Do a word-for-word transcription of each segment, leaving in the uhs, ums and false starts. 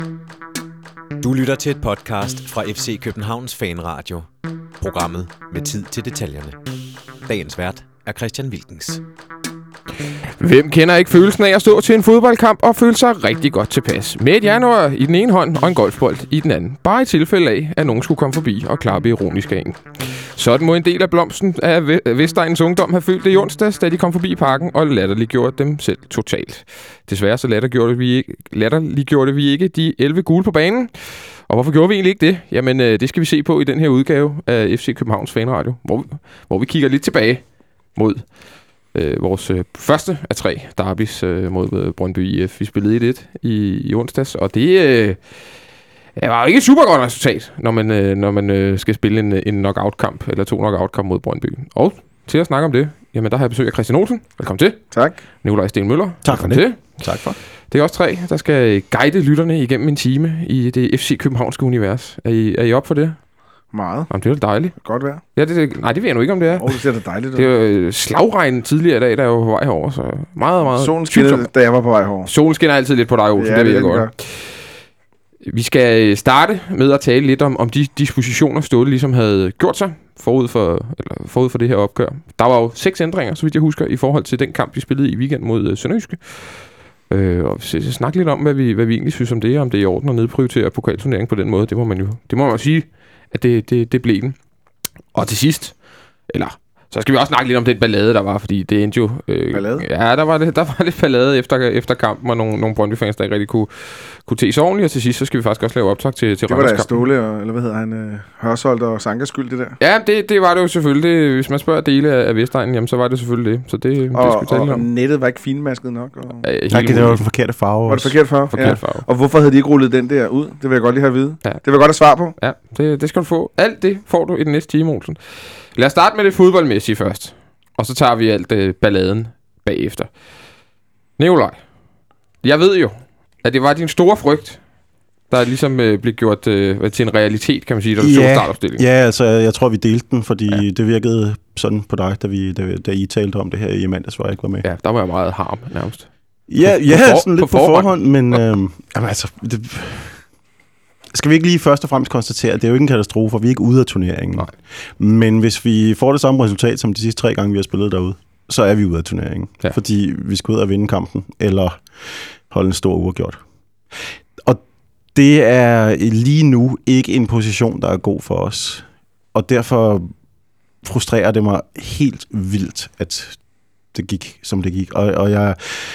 Du lytter til et podcast fra F C Københavns Fanradio. Programmet med tid til detaljerne. Dagens vært er Christian Wilkens. Hvem kender ikke følelsen af at stå til en fodboldkamp og føle sig rigtig godt tilpas? Med et jernår i den ene hånd og en golfbold i den anden. Bare i tilfælde af, at nogen skulle komme forbi og klappe ironisk af en. Sådan må en del af blomsten af Vestegnens ungdom have følt det i onsdags, da de kom forbi parken og latterliggjorde dem selv totalt. Desværre så latterliggjorde vi ikke, latterliggjorde vi ikke de elleve gule på banen. Og hvorfor gjorde vi egentlig ikke det? Jamen, det skal vi se på i den her udgave af F C Københavns Fanradio, hvor, hvor vi kigger lidt tilbage mod øh, vores øh, første af tre derbys øh, mod øh, Brøndby I F. Vi spillede et et i, i onsdags, og det øh, var jo ikke et super godt resultat, når man, øh, når man øh, skal spille en, en knockout-kamp, eller to knockout-kamp mod Brøndby. Og til at snakke om det, jamen der har jeg besøg af Christian Olsen. Velkommen til. Tak. Nikolaj Sten Møller. Tak for det. Til. Tak for. Det er også tre, der skal guide lytterne igennem en time i det F C Københavnske univers. Er I, er I op for det? Meget. Jamen, det er jo dejligt. Godt vejr. Ja, det, det, nej, det ved jeg nu ikke, om det er. Åh, oh, det ser da dejligt ud. Det er jo slagregn tidligere i dag, der er jo på vej herover, så meget, meget... Solen skinnede, da jeg var på vej herover. Solen skinner altid lidt på dig, Olsen, ja, det ved det jeg godt. Vi skal starte med at tale lidt om, om de dispositioner, Ståle ligesom havde gjort sig forud for, eller forud for det her opgør. Der var jo seks ændringer, så vidt jeg husker, i forhold til den kamp, vi spillede i weekend mod uh, Sønderjyske. Øh, og så snakke lidt om, hvad vi, hvad vi egentlig synes om det, om det er i orden at nedprioritere pokalturneringen på den måde. Det må man jo det må man jo sige, at det, det, det blev den. Og til sidst, eller så skal vi også snakke lidt om den ballade, der var, fordi det endte jo... Øh, ballade? Ja, der var, det, der var lidt ballade efter, efter kampen, og nogle, nogle Brøndby-fans, der ikke rigtig kunne, kunne te sig ordentligt, og til sidst, så skal vi faktisk også lave optag til, til det var da Ståle, og, eller hvad hedder han, øh, Hørsholdt og Sankas skyld, det der? Ja, det, det var det jo selvfølgelig. Det, hvis man spørger dele af, af Vestegnen, jamen, så var det selvfølgelig det. Så det, og, det skal vi tale og, om. Og nettet var ikke finmasket nok? Og... Ja, Nej, det var den forkerte farve. Var det forkert farve? Forkert ja. farve. Og hvorfor havde de ikke rullet den der ud? Det vil jeg godt lige have at vide. Ja. Det vil jeg godt have svar på. Ja, det, det skal du få. Alt det får du i den næste time, Olsen. Lad os starte med det fodboldmæssige først. Og så tager vi alt øh, balladen bagefter. Nikolaj, jeg ved jo, at det var din store frygt, der ligesom øh, blev gjort øh, til en realitet, kan man sige, da du ja, så startopstillingen. Ja, altså jeg tror, vi delte den, fordi ja. det virkede sådan på dig, da, vi, da, da I talte om det her i mandags, hvor jeg ikke var med. Ja, der var jeg meget harm nærmest. Ja, på, ja på for, sådan lidt på, på forhånd, men øh, jamen, altså... Det, skal vi ikke lige først og fremmest konstatere, at det er jo ikke en katastrofe, vi er ikke ude af turneringen. Nej. Men hvis vi får det samme resultat som de sidste tre gange, vi har spillet derude, så er vi ude af turneringen. Ja. Fordi vi skal ud og vinde kampen, eller holde en stor uafgjort. Og det er lige nu ikke en position, der er god for os. Og derfor frustrerer det mig helt vildt, at det gik, som det gik. Og, og jeg...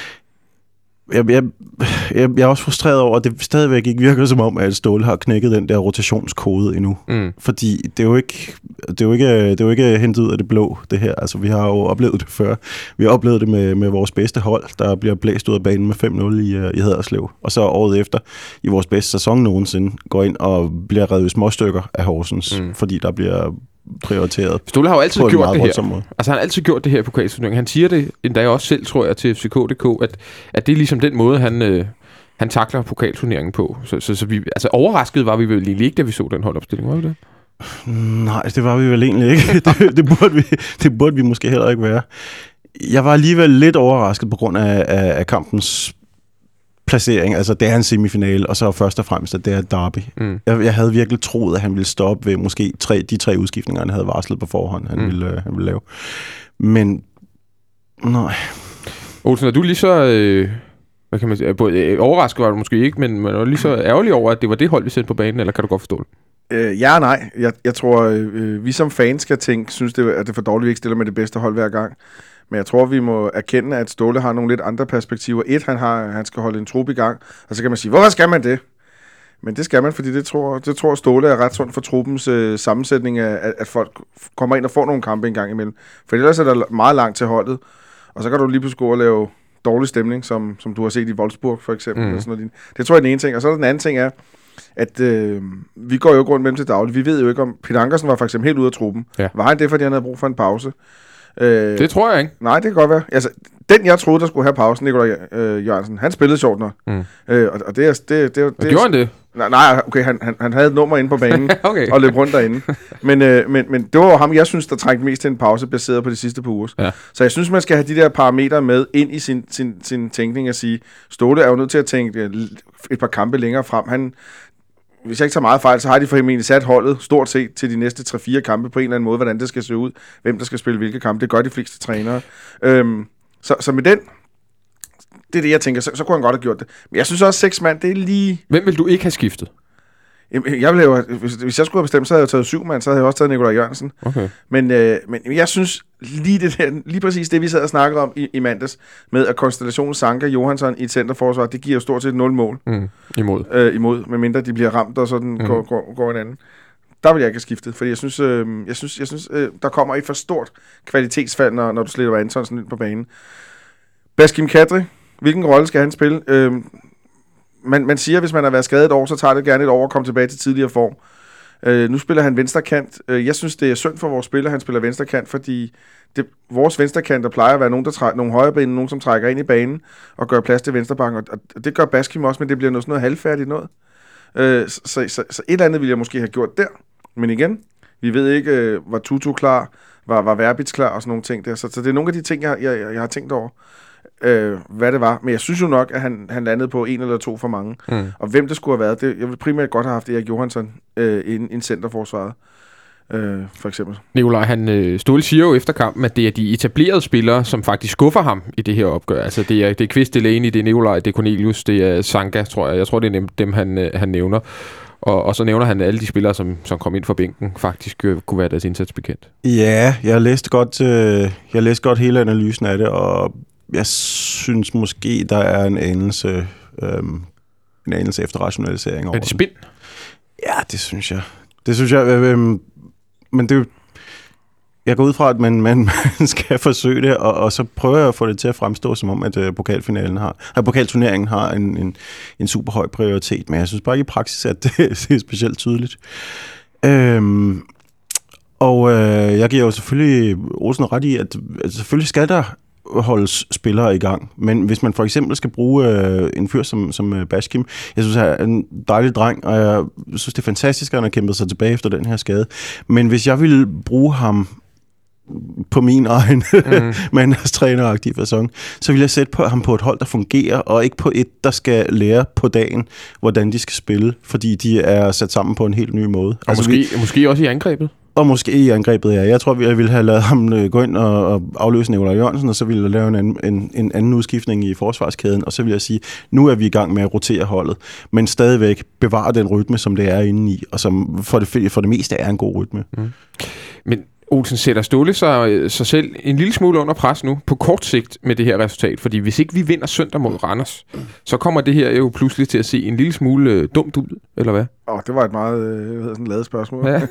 Jeg, jeg, jeg, jeg er også frustreret over, at det stadigvæk ikke virker som om, at Ståle har knækket den der rotationskode endnu. Mm. Fordi det er jo ikke, det er jo ikke, det er jo ikke hentet ud af det blå, det her. Altså, vi har jo oplevet det før. Vi har oplevet det med, med vores bedste hold, der bliver blæst ud af banen med fem nul i, i Haderslev. Og så året efter, i vores bedste sæson nogensinde, går ind og bliver revet i småstykker af Horsens, mm. fordi der bliver prioriteret. Ståle har jo altid gjort det her. Måde. Altså han har altid gjort det her på pokalturneringen. Han siger det endda også selv, tror jeg, til F C K punktum d k, at, at det er ligesom den måde, han, øh, han takler pokalturneringen på. Så, så, så vi, altså overrasket var vi vel ikke, da vi så den holdopstilling, var vi det? Nej, det var vi vel egentlig ikke. det, det, burde vi, det burde vi måske heller ikke være. Jeg var alligevel lidt overrasket på grund af, af, af kampens placering. Altså, det er en semifinale, og så først og fremmest, at det er et derby. Mm. Jeg, jeg havde virkelig troet, at han ville stoppe ved måske tre, de tre udskiftninger, han havde varslet på forhånd, han, mm. ville, øh, han ville lave. Men, nej. Olsen, er du lige så... Øh, hvad kan man sige? Både, øh, overrasket var du måske ikke, men man var lige så ærgerlig over, at det var det hold, vi sendte på banen, eller kan du godt forstå det? Øh, ja og nej. Jeg, jeg tror, øh, vi som fans skal tænke, synes det, at det er for dårligt, vi ikke stiller med det bedste hold hver gang. Men jeg tror, vi må erkende, at Ståle har nogle lidt andre perspektiver. Et, han, har, han skal holde en trup i gang, og så kan man sige, hvorfor skal man det? Men det skal man, fordi det tror, det tror Ståle er ret sundt for truppens øh, sammensætning, af, at folk kommer ind og får nogle kampe en gang imellem. For ellers er der meget langt til holdet, og så kan du lige pludselig gå og lave dårlig stemning, som, som du har set i Wolfsburg for eksempel. Mm. Eller sådan noget. Det tror jeg er den ene ting. Og så er den anden ting er, at øh, vi går jo rundt mellem til dagligt. Vi ved jo ikke, om Peter Ankersen var for eksempel helt ude af truppen. Ja. Var han det, fordi han havde brug for en pause? Øh, det tror jeg ikke. Nej, det kan godt være. Altså, den jeg troede, der skulle have pausen, Nikolaj øh, Jørgensen, han spillede sjovt nok. Mm. Øh, og, og det er... Det, det, det, og gjorde han det? Nej, nej, okay, han, han, han havde et nummer inde på banen okay. og løb rundt derinde. Men, øh, men, men det var jo ham, jeg synes, der trængte mest til en pause, baseret på de sidste par uger. Ja. Så jeg synes, man skal have de der parametre med ind i sin, sin, sin tænkning og sige, Ståle er jo nødt til at tænke et par kampe længere frem. Han, hvis jeg ikke tager meget fejl, så har de formentlig sat holdet stort set til de næste tre fire kampe på en eller anden måde, hvordan det skal se ud, hvem der skal spille hvilke kampe. Det gør de fleste trænere. Øhm, så, så med den, det er det, jeg tænker, så, så kunne han godt have gjort det. Men jeg synes også, seks mand, det er lige... Hvem vil du ikke have skiftet? Jamen, jeg ville jo, hvis, hvis jeg skulle have bestemt, så havde jeg taget syv mand, så havde jeg også taget Nikolaj Jørgensen. Okay. Men, øh, men jeg synes, lige, det der, lige præcis det, vi sad og snakkede om i, i mandags, med at konstellationen Sanka Johansson i et centerforsvar, det giver jo stort set nul mål. Mm, imod. Øh, imod, medmindre de bliver ramt, og sådan mm. går, går, går en anden. Der vil jeg ikke have skiftet, fordi jeg synes, øh, jeg synes, jeg synes øh, der kommer et for stort kvalitetsfald, når, når du slipper Antonsen ind på banen. Baskim Kadri, hvilken rolle skal han spille? Øh, man, man siger, at hvis man har været skadet et år, så tager det gerne et år at komme tilbage til tidligere form. Øh, nu spiller han venstrekant. Øh, jeg synes, det er synd for vores spiller, han spiller venstrekant, fordi det, vores venstrekanter plejer at være nogen, der trækker, nogle højreben, nogen, som trækker ind i banen og gør plads til venstrebakken, og, og det gør Baskim også, men det bliver noget, sådan noget halvfærdigt noget. Øh, så, så, så, så et eller andet ville jeg måske have gjort der. Men igen, vi ved ikke, øh, var Tutu klar, var, var Verbitz klar og sådan nogle ting der. Så, så det er nogle af de ting, jeg, jeg, jeg har tænkt over, øh, hvad det var. Men jeg synes jo nok, at han, han landede på en eller to for mange. Mm. Og hvem det skulle have været, det, jeg ville primært godt have haft Erik Johansson øh, inden, inden centerforsvaret. Øh, for eksempel. Nikolaj, han øh, Ståle siger jo efter kampen, at det er de etablerede spillere, som faktisk skuffer ham i det her opgør. Altså det er, det er Kvist, det er Delaney, det er Nikolaj, det er Cornelius, det er Sanka, tror jeg. Jeg tror, det er dem, dem han, øh, han nævner. Og, og så nævner han alle de spillere, som, som kom ind fra bænken, faktisk øh, kunne være deres indsats bekendt. Ja, jeg læste godt, øh, jeg læste godt hele analysen af det, og jeg synes måske, der er en anelse, øh, en anelse efterrationalisering over er det spind? Ja, det synes jeg. Det synes jeg, øh, øh, men det jeg går ud fra, at man, man, man skal forsøge det, og, og så prøver jeg at få det til at fremstå som om, at uh, pokalfinalen har, at pokalturneringen har en, en, en super høj prioritet, men jeg synes bare ikke i praksis, at det, det er specielt tydeligt. Øhm, og øh, jeg giver jo selvfølgelig Olsen ret i, at, at selvfølgelig skal der holdes spillere i gang, men hvis man for eksempel skal bruge øh, en fyr som, som øh, Baskim, jeg synes, han er en dejlig dreng, og jeg synes, det er fantastisk, at han har kæmpet sig tilbage efter den her skade, men hvis jeg ville bruge ham på min egen mm. mandagstræneragtige facon, så vil jeg sætte på ham på et hold, der fungerer, og ikke på et, der skal lære på dagen, hvordan de skal spille, fordi de er sat sammen på en helt ny måde. Og altså, måske, vi, måske også i angrebet? Og måske i angrebet, ja. Jeg tror, vi ville have lavet ham gå ind og, og afløse Nikolaj Jørgensen, og så ville jeg lave en anden, en, en anden udskiftning i forsvarskæden, og så vil jeg sige, nu er vi i gang med at rotere holdet, men stadigvæk bevare den rytme, som det er inde i, og som for det, for det meste er en god rytme. Mm. Men Olsen, sætter Ståle sig, sig selv en lille smule under pres nu, på kort sigt med det her resultat, fordi hvis ikke vi vinder søndag mod Randers, så kommer det her jo pludselig til at se en lille smule øh, dumt ud, eller hvad? Åh, oh, det var et meget øh, hvad sådan lavet spørgsmål. Ja,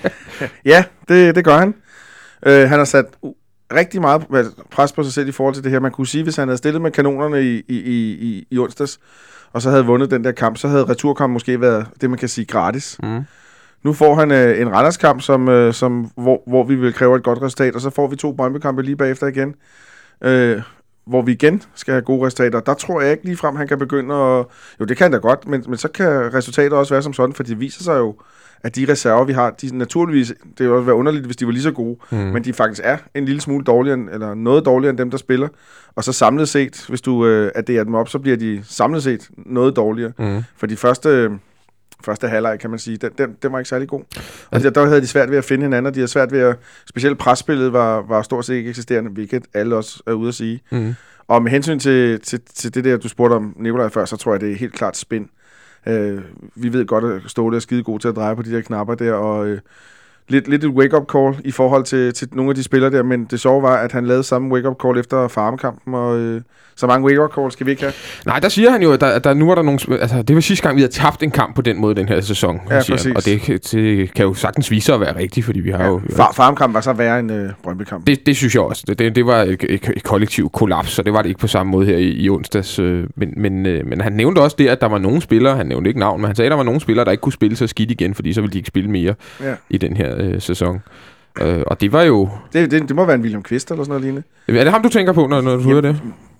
ja det, det gør han. Øh, han har sat uh, rigtig meget pres på sig selv i forhold til det her. Man kunne sige, hvis han havde stillet med kanonerne i, i, i, i onsdags, og så havde vundet den der kamp, så havde returkamp måske været det, man kan sige, gratis. Mm. Nu får han øh, en Randerskamp, som, øh, som, hvor, hvor vi vil kræve et godt resultat, og så får vi to Brøndby-kampe lige bagefter igen, øh, hvor vi igen skal have gode resultater. Der tror jeg ikke ligefrem, han kan begynde at... Jo, det kan da godt, men, men så kan resultatet også være som sådan, for det viser sig jo, at de reserver, vi har, de naturligvis... Det vil også være underligt, hvis de var lige så gode, mm. men de faktisk er en lille smule dårligere, eller noget dårligere end dem, der spiller. Og så samlet set, hvis du øh, adderer dem op, så bliver de samlet set noget dårligere. Mm. For de første... Øh, Første halvleg, kan man sige, den, den, den var ikke særlig god. Og der, der havde de svært ved at finde hinanden, og de havde svært ved at... Specielt presspillet var, var stort set ikke eksisterende, hvilket alle også er ude at sige. Mm. Og med hensyn til, til, til det der, du spurgte om Nikolaj før, så tror jeg, det er helt klart spind. Uh, vi ved godt, at Ståle er skide god til at dreje på de der knapper der, og uh, lidt, lidt et wake-up call i forhold til, til nogle af de spillere der, men det sjove var, at han lavede samme wake-up call efter Farmkampen, og... Uh, så mange wake-up calls skal vi ikke have. Nej, der siger han jo, at der, der, nu er der nogle... Altså, det var sidste gang, vi havde tabt en kamp på den måde den her sæson. Ja, siger han. Og det, det kan jo sagtens vise sig at være rigtigt, fordi vi har ja, jo... Far, Farmkamp var så værre end uh, Brøndby-kamp. Det, det synes jeg også. Det, det, det var et, et, et kollektivt kollaps, så det var det ikke på samme måde her i, i onsdags. Øh, men, men, øh, men han nævnte også det, at der var nogle spillere, han nævnte ikke navn, men han sagde, at der var nogle spillere, der ikke kunne spille så skidt igen, fordi så ville de ikke spille mere ja. i den her øh, sæson. Øh, og det var jo... Det, det, det må være en William Kvist eller sådan noget lignende. Er det ham, du tænker på, når, når du hører det?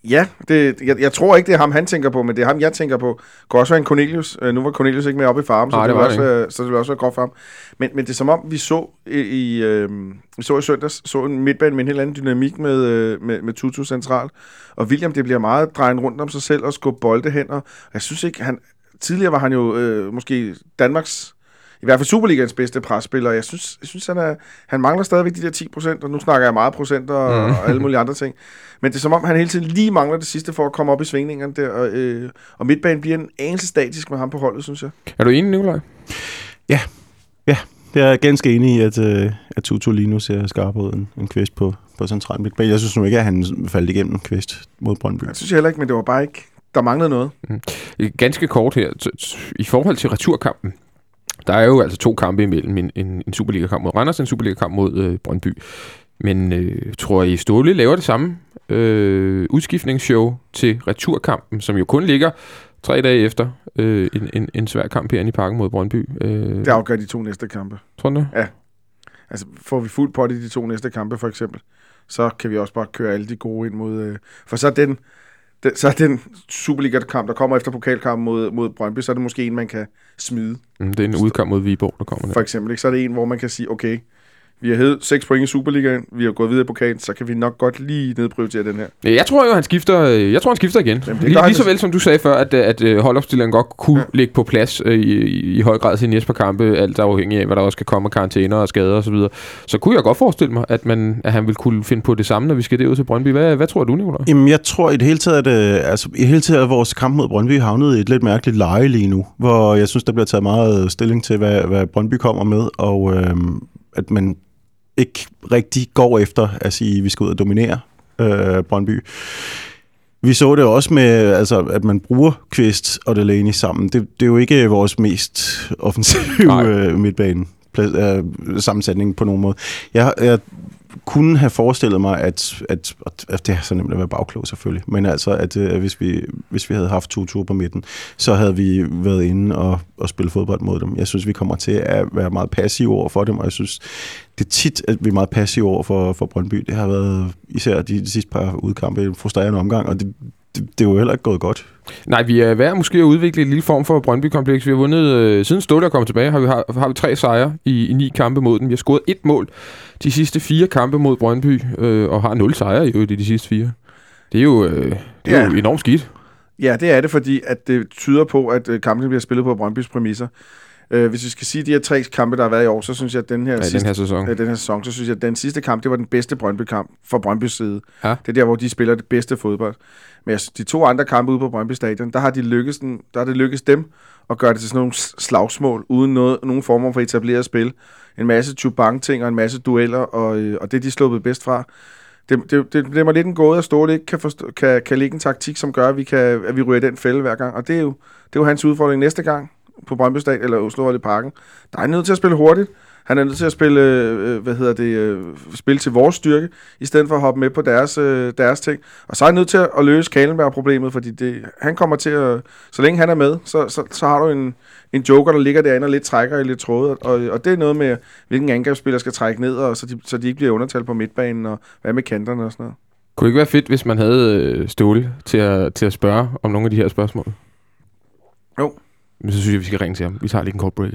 Ja, det, jeg, jeg tror ikke, det er ham, han tænker på, men det er ham, jeg tænker på. Det kunne også være en Cornelius. Uh, nu var Cornelius ikke med oppe i farmen, så, Ej, det det var det også, uh, så det ville også være godt for ham. Men, men det er som om, vi så i, i, øh, vi så i søndags, så en midtbane med en helt anden dynamik med, øh, med, med Tutu central. Og William, det bliver meget drejen rundt om sig selv og skubbe bolde hen. Og jeg synes ikke, han... Tidligere var han jo øh, måske Danmarks... I hvert fald Superligaens bedste presspiller. Jeg synes, jeg synes han, er, han mangler stadigvæk de der ti procent, og nu snakker jeg meget procent og, mm. og alle mulige andre ting. Men det er som om, han hele tiden lige mangler det sidste for at komme op i svingningerne der, og, øh, og midtbanen bliver en anelse statisk med ham på holdet, synes jeg. Er du enig, Nikolaj? Ja, ja. Jeg er ganske enig i, at, øh, at Tutu lige nu ser skarp ud en, en Kvist på, på central midtbane. Jeg synes nu ikke, at han faldt igennem Kvist mod Brøndby. Jeg synes heller ikke, men det var bare ikke... Der manglede noget. Mm. Ganske kort her. I forhold til returkampen, der er jo altså to kampe imellem. En, en, en Superliga-kamp mod Randers og en Superliga-kamp mod øh, Brøndby. Men øh, tror I, Ståle laver det samme øh, udskiftningsshow til returkampen, som jo kun ligger tre dage efter øh, en, en, en svær kamp herinde i Parken mod Brøndby? Øh. Det afgør de to næste kampe. Tror du det? Ja. Altså, får vi fuld pot i de to næste kampe, for eksempel, så kan vi også bare køre alle de gode ind mod... Øh, for så er den... Den, så er den Superliga-kamp, der kommer efter pokalkampen mod, mod Brøndby, så er det måske en, man kan smide. Mm, det er en udkamp mod Viborg, der kommer der. For eksempel, ikke? Så er det en, hvor man kan sige, okay, vi har hævet seks point i Superligaen, vi har gået videre i pokalen, så kan vi nok godt lige nedprioritere den her. Jeg tror jo, han skifter, jeg tror, han skifter igen. Jamen, lige, lige så vel som du sagde før, at, at holdopstilleren godt kunne ja. ligge på plads i, i, i høj grad til næste par kampe, alt afhængig af, hvad der også kan komme af karantæner og skader osv. Så, så kunne jeg godt forestille mig, at, man, at han ville kunne finde på det samme, når vi skal derud til Brøndby. Hvad, hvad tror du, Nicolaj? Jamen, jeg tror i det hele taget, at, altså, i det hele taget, at vores kamp mod Brøndby havnet i et lidt mærkeligt leje lige nu, hvor jeg synes, der bliver taget meget stilling til, hvad, hvad Brøndby kommer med, og øhm, at man ikke rigtig går efter at sige, at vi skal ud og dominere øh, Brøndby. Vi så det også med, altså, at man bruger Kvist og Delaney sammen. Det, det er jo ikke vores mest offensive øh, midtbane øh, sammensætning på nogen måde. Jeg, jeg kunne have forestillet mig, at, at, at det er så nemt at være bagklog selvfølgelig, men altså, at, at hvis, vi, hvis vi havde haft to ture på midten, så havde vi været inde og, og spille fodbold mod dem. Jeg synes, vi kommer til at være meget passive over for dem, og jeg synes, det er tit, at vi er meget passive over for, for Brøndby. Det har været især de, de sidste par udkampe en frustrerende omgang, og det, det, det er jo heller ikke gået godt. Nej, vi er værd måske at udvikle en lille form for Brøndby-kompleks. Vi har vundet, øh, siden Ståle er kommet tilbage, har vi, har, har vi tre sejre i, i ni kampe mod den. Vi har scoret et mål de sidste fire kampe mod Brøndby, øh, og har nul sejre i de, de sidste fire. Det er jo, øh, det er ja. jo enormt skidt. Ja, det er det, fordi at det tyder på, at kampene bliver spillet på Brøndbys præmisser. Uh, hvis vi skal sige de her tre kampe, der har været i år, så synes jeg, at den her, ja, sidste, den her sæson, uh, den her sæson, så synes jeg, at den sidste kamp, det var den bedste Brøndby-kamp fra Brøndbys side. Ja. Det er der, hvor de spiller det bedste fodbold. Men altså, de to andre kampe ude på Brøndby Stadion, der har, de lykkes den, der har det lykkes dem at gøre det til sådan nogle slagsmål, uden noget, nogen former for etableret spil. En masse chubang-ting og en masse dueller, og, øh, og det de sluppet bedst fra. Det, det, det, det er mig lidt en gåde, at Ståle ikke kan, forstå, kan, kan ligge en taktik, som gør, at vi, kan, at vi ryger den fælde hver gang. Og det er jo, det er jo hans udfordring næste gang på Brøndby Stadion eller Oslo i Parken. Der er han nødt til at spille hurtigt. Han er nødt til at spille, øh, hvad hedder det, øh, spille til vores styrke, i stedet for at hoppe med på deres, øh, deres ting. Og så er han nødt til at, at løse Kahlenberg-problemet, fordi det, han kommer til at, så længe han er med, så, så, så har du en, en joker, der ligger derinde og lidt trækker i lidt tråde. Og, og det er noget med, hvilken angrebsspiller skal trække ned, og så, de, så de ikke bliver undertalt på midtbanen, og hvad med kanterne og sådan noget. Kunne det ikke være fedt, hvis man havde Ståle til at, til at spørge om nogle af de her spørgsmål? Jo. Men så synes jeg, vi skal ringe til ham. Vi tager lige en kort break.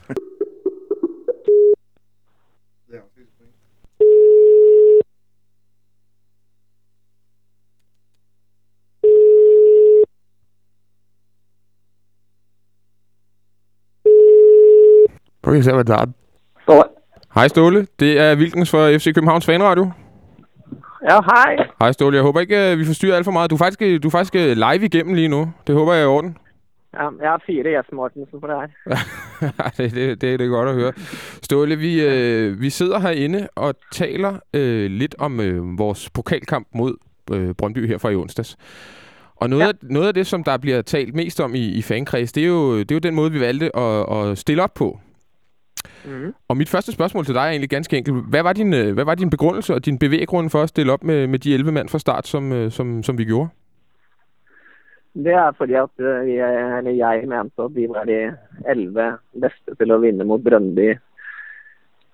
Prøv lige at se, hvad der er. Ståle. Hej Ståle, det er Wilkens fra F C Københavns Fanradio. Ja, hej. Hej Ståle, jeg håber ikke, vi forstyrrer alt for meget. Du er faktisk, du er faktisk live igennem lige nu. Det håber jeg er i orden. Ja, jeg har fire Jes Mortensen på dig. det, det, det er det godt at høre. Ståle, vi, øh, vi sidder herinde og taler øh, lidt om øh, vores pokalkamp mod øh, Brøndby her fra i onsdags. Og noget, ja. af, noget af det, som der bliver talt mest om i, i fankreds, det er, jo, det er jo den måde, vi valgte at, at stille op på. Mm. Og mit første spørgsmål til dig er egentlig ganske enkelt. Hvad var din, hvad var din begrundelse og din bevæggrund for at stille op med, med de elleve mand fra start, som, som, som vi gjorde? Det er fordi at vi er, eller jeg mente at vi var de elleve bedste til at vinde mot Brøndby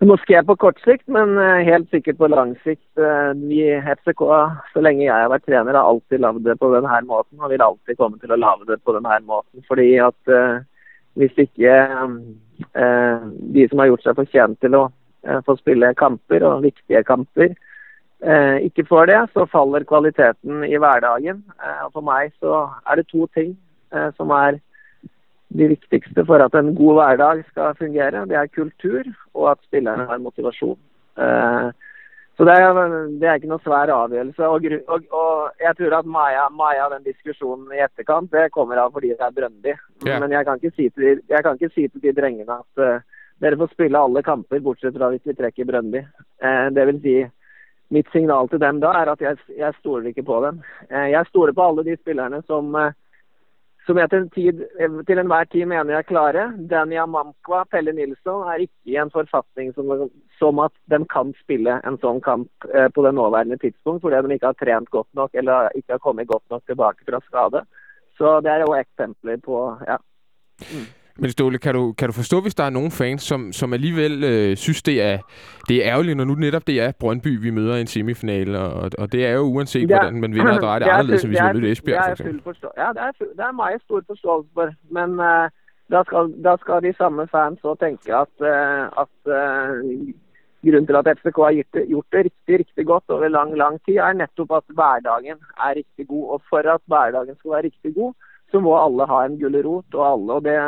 Måske på kort sikt, men helt sikkert på lang sikt. Vi i F C K, så lenge jeg har vært trener, har alltid lavet det på denne måten, og vil alltid komme til å lave det på denne måten. Fordi at uh, hvis ikke uh, de som har gjort seg fortjent til å uh, få spille kamper, og viktige kamper, uh, ikke får det, så faller kvaliteten i hverdagen. Uh, og for meg så er det to ting uh, som er de viktigste for at en god hverdag skal fungere. Det er kultur, og at spillerne har motivasjon. Uh, så det er, det er ikke noe svær avgjørelse. Og, og, og jeg tror at Maja, Maja, den diskusjonen i etterkant, det kommer av fordi det er Brøndby. Yeah. Men jeg kan ikke si til, jeg kan ikke si til de drengene at uh, dere får spille alle kamper, bortsett fra hvis vi trekker Brøndby. Uh, det vil si, mitt signal til dem da er at jeg, jeg stoler ikke på dem. Uh, jeg stoler på alle de spillerne som... Uh, som jeg til, tid, til enhver tid mener jeg er klare. Dania Mamkwa, Pelle Nilsson er ikke i en forfatning som, som at de kan spille en sånn kamp eh, på det nåværende tidspunkt, fordi de ikke har trent godt nok, eller ikke har kommet godt nok tilbake fra skade. Så det er jo eksempler på, ja. Mm. Men Ståle, kan du, kan du forstå, hvis der er nogle fans, som, som alligevel øh, synes, det er, det er ærgerligt, når nu netop det er Brøndby, vi møder i en semifinale, og, og det er jo uanset, det er, hvordan man vinder og drejer det, det anderledes, end hvis man møder Esbjerg, for eksempel. Ja, det er, det er meget stor forståelse for, men uh, da, skal, da skal de samme fans også tenke at, uh, at uh, grunnen til at F C K har gjort det, gjort det riktig, riktig godt over lang, lang tid, er nettopp at hverdagen er riktig god, og for at hverdagen skal være riktig god, så må alle ha en gullerot, og alle, og det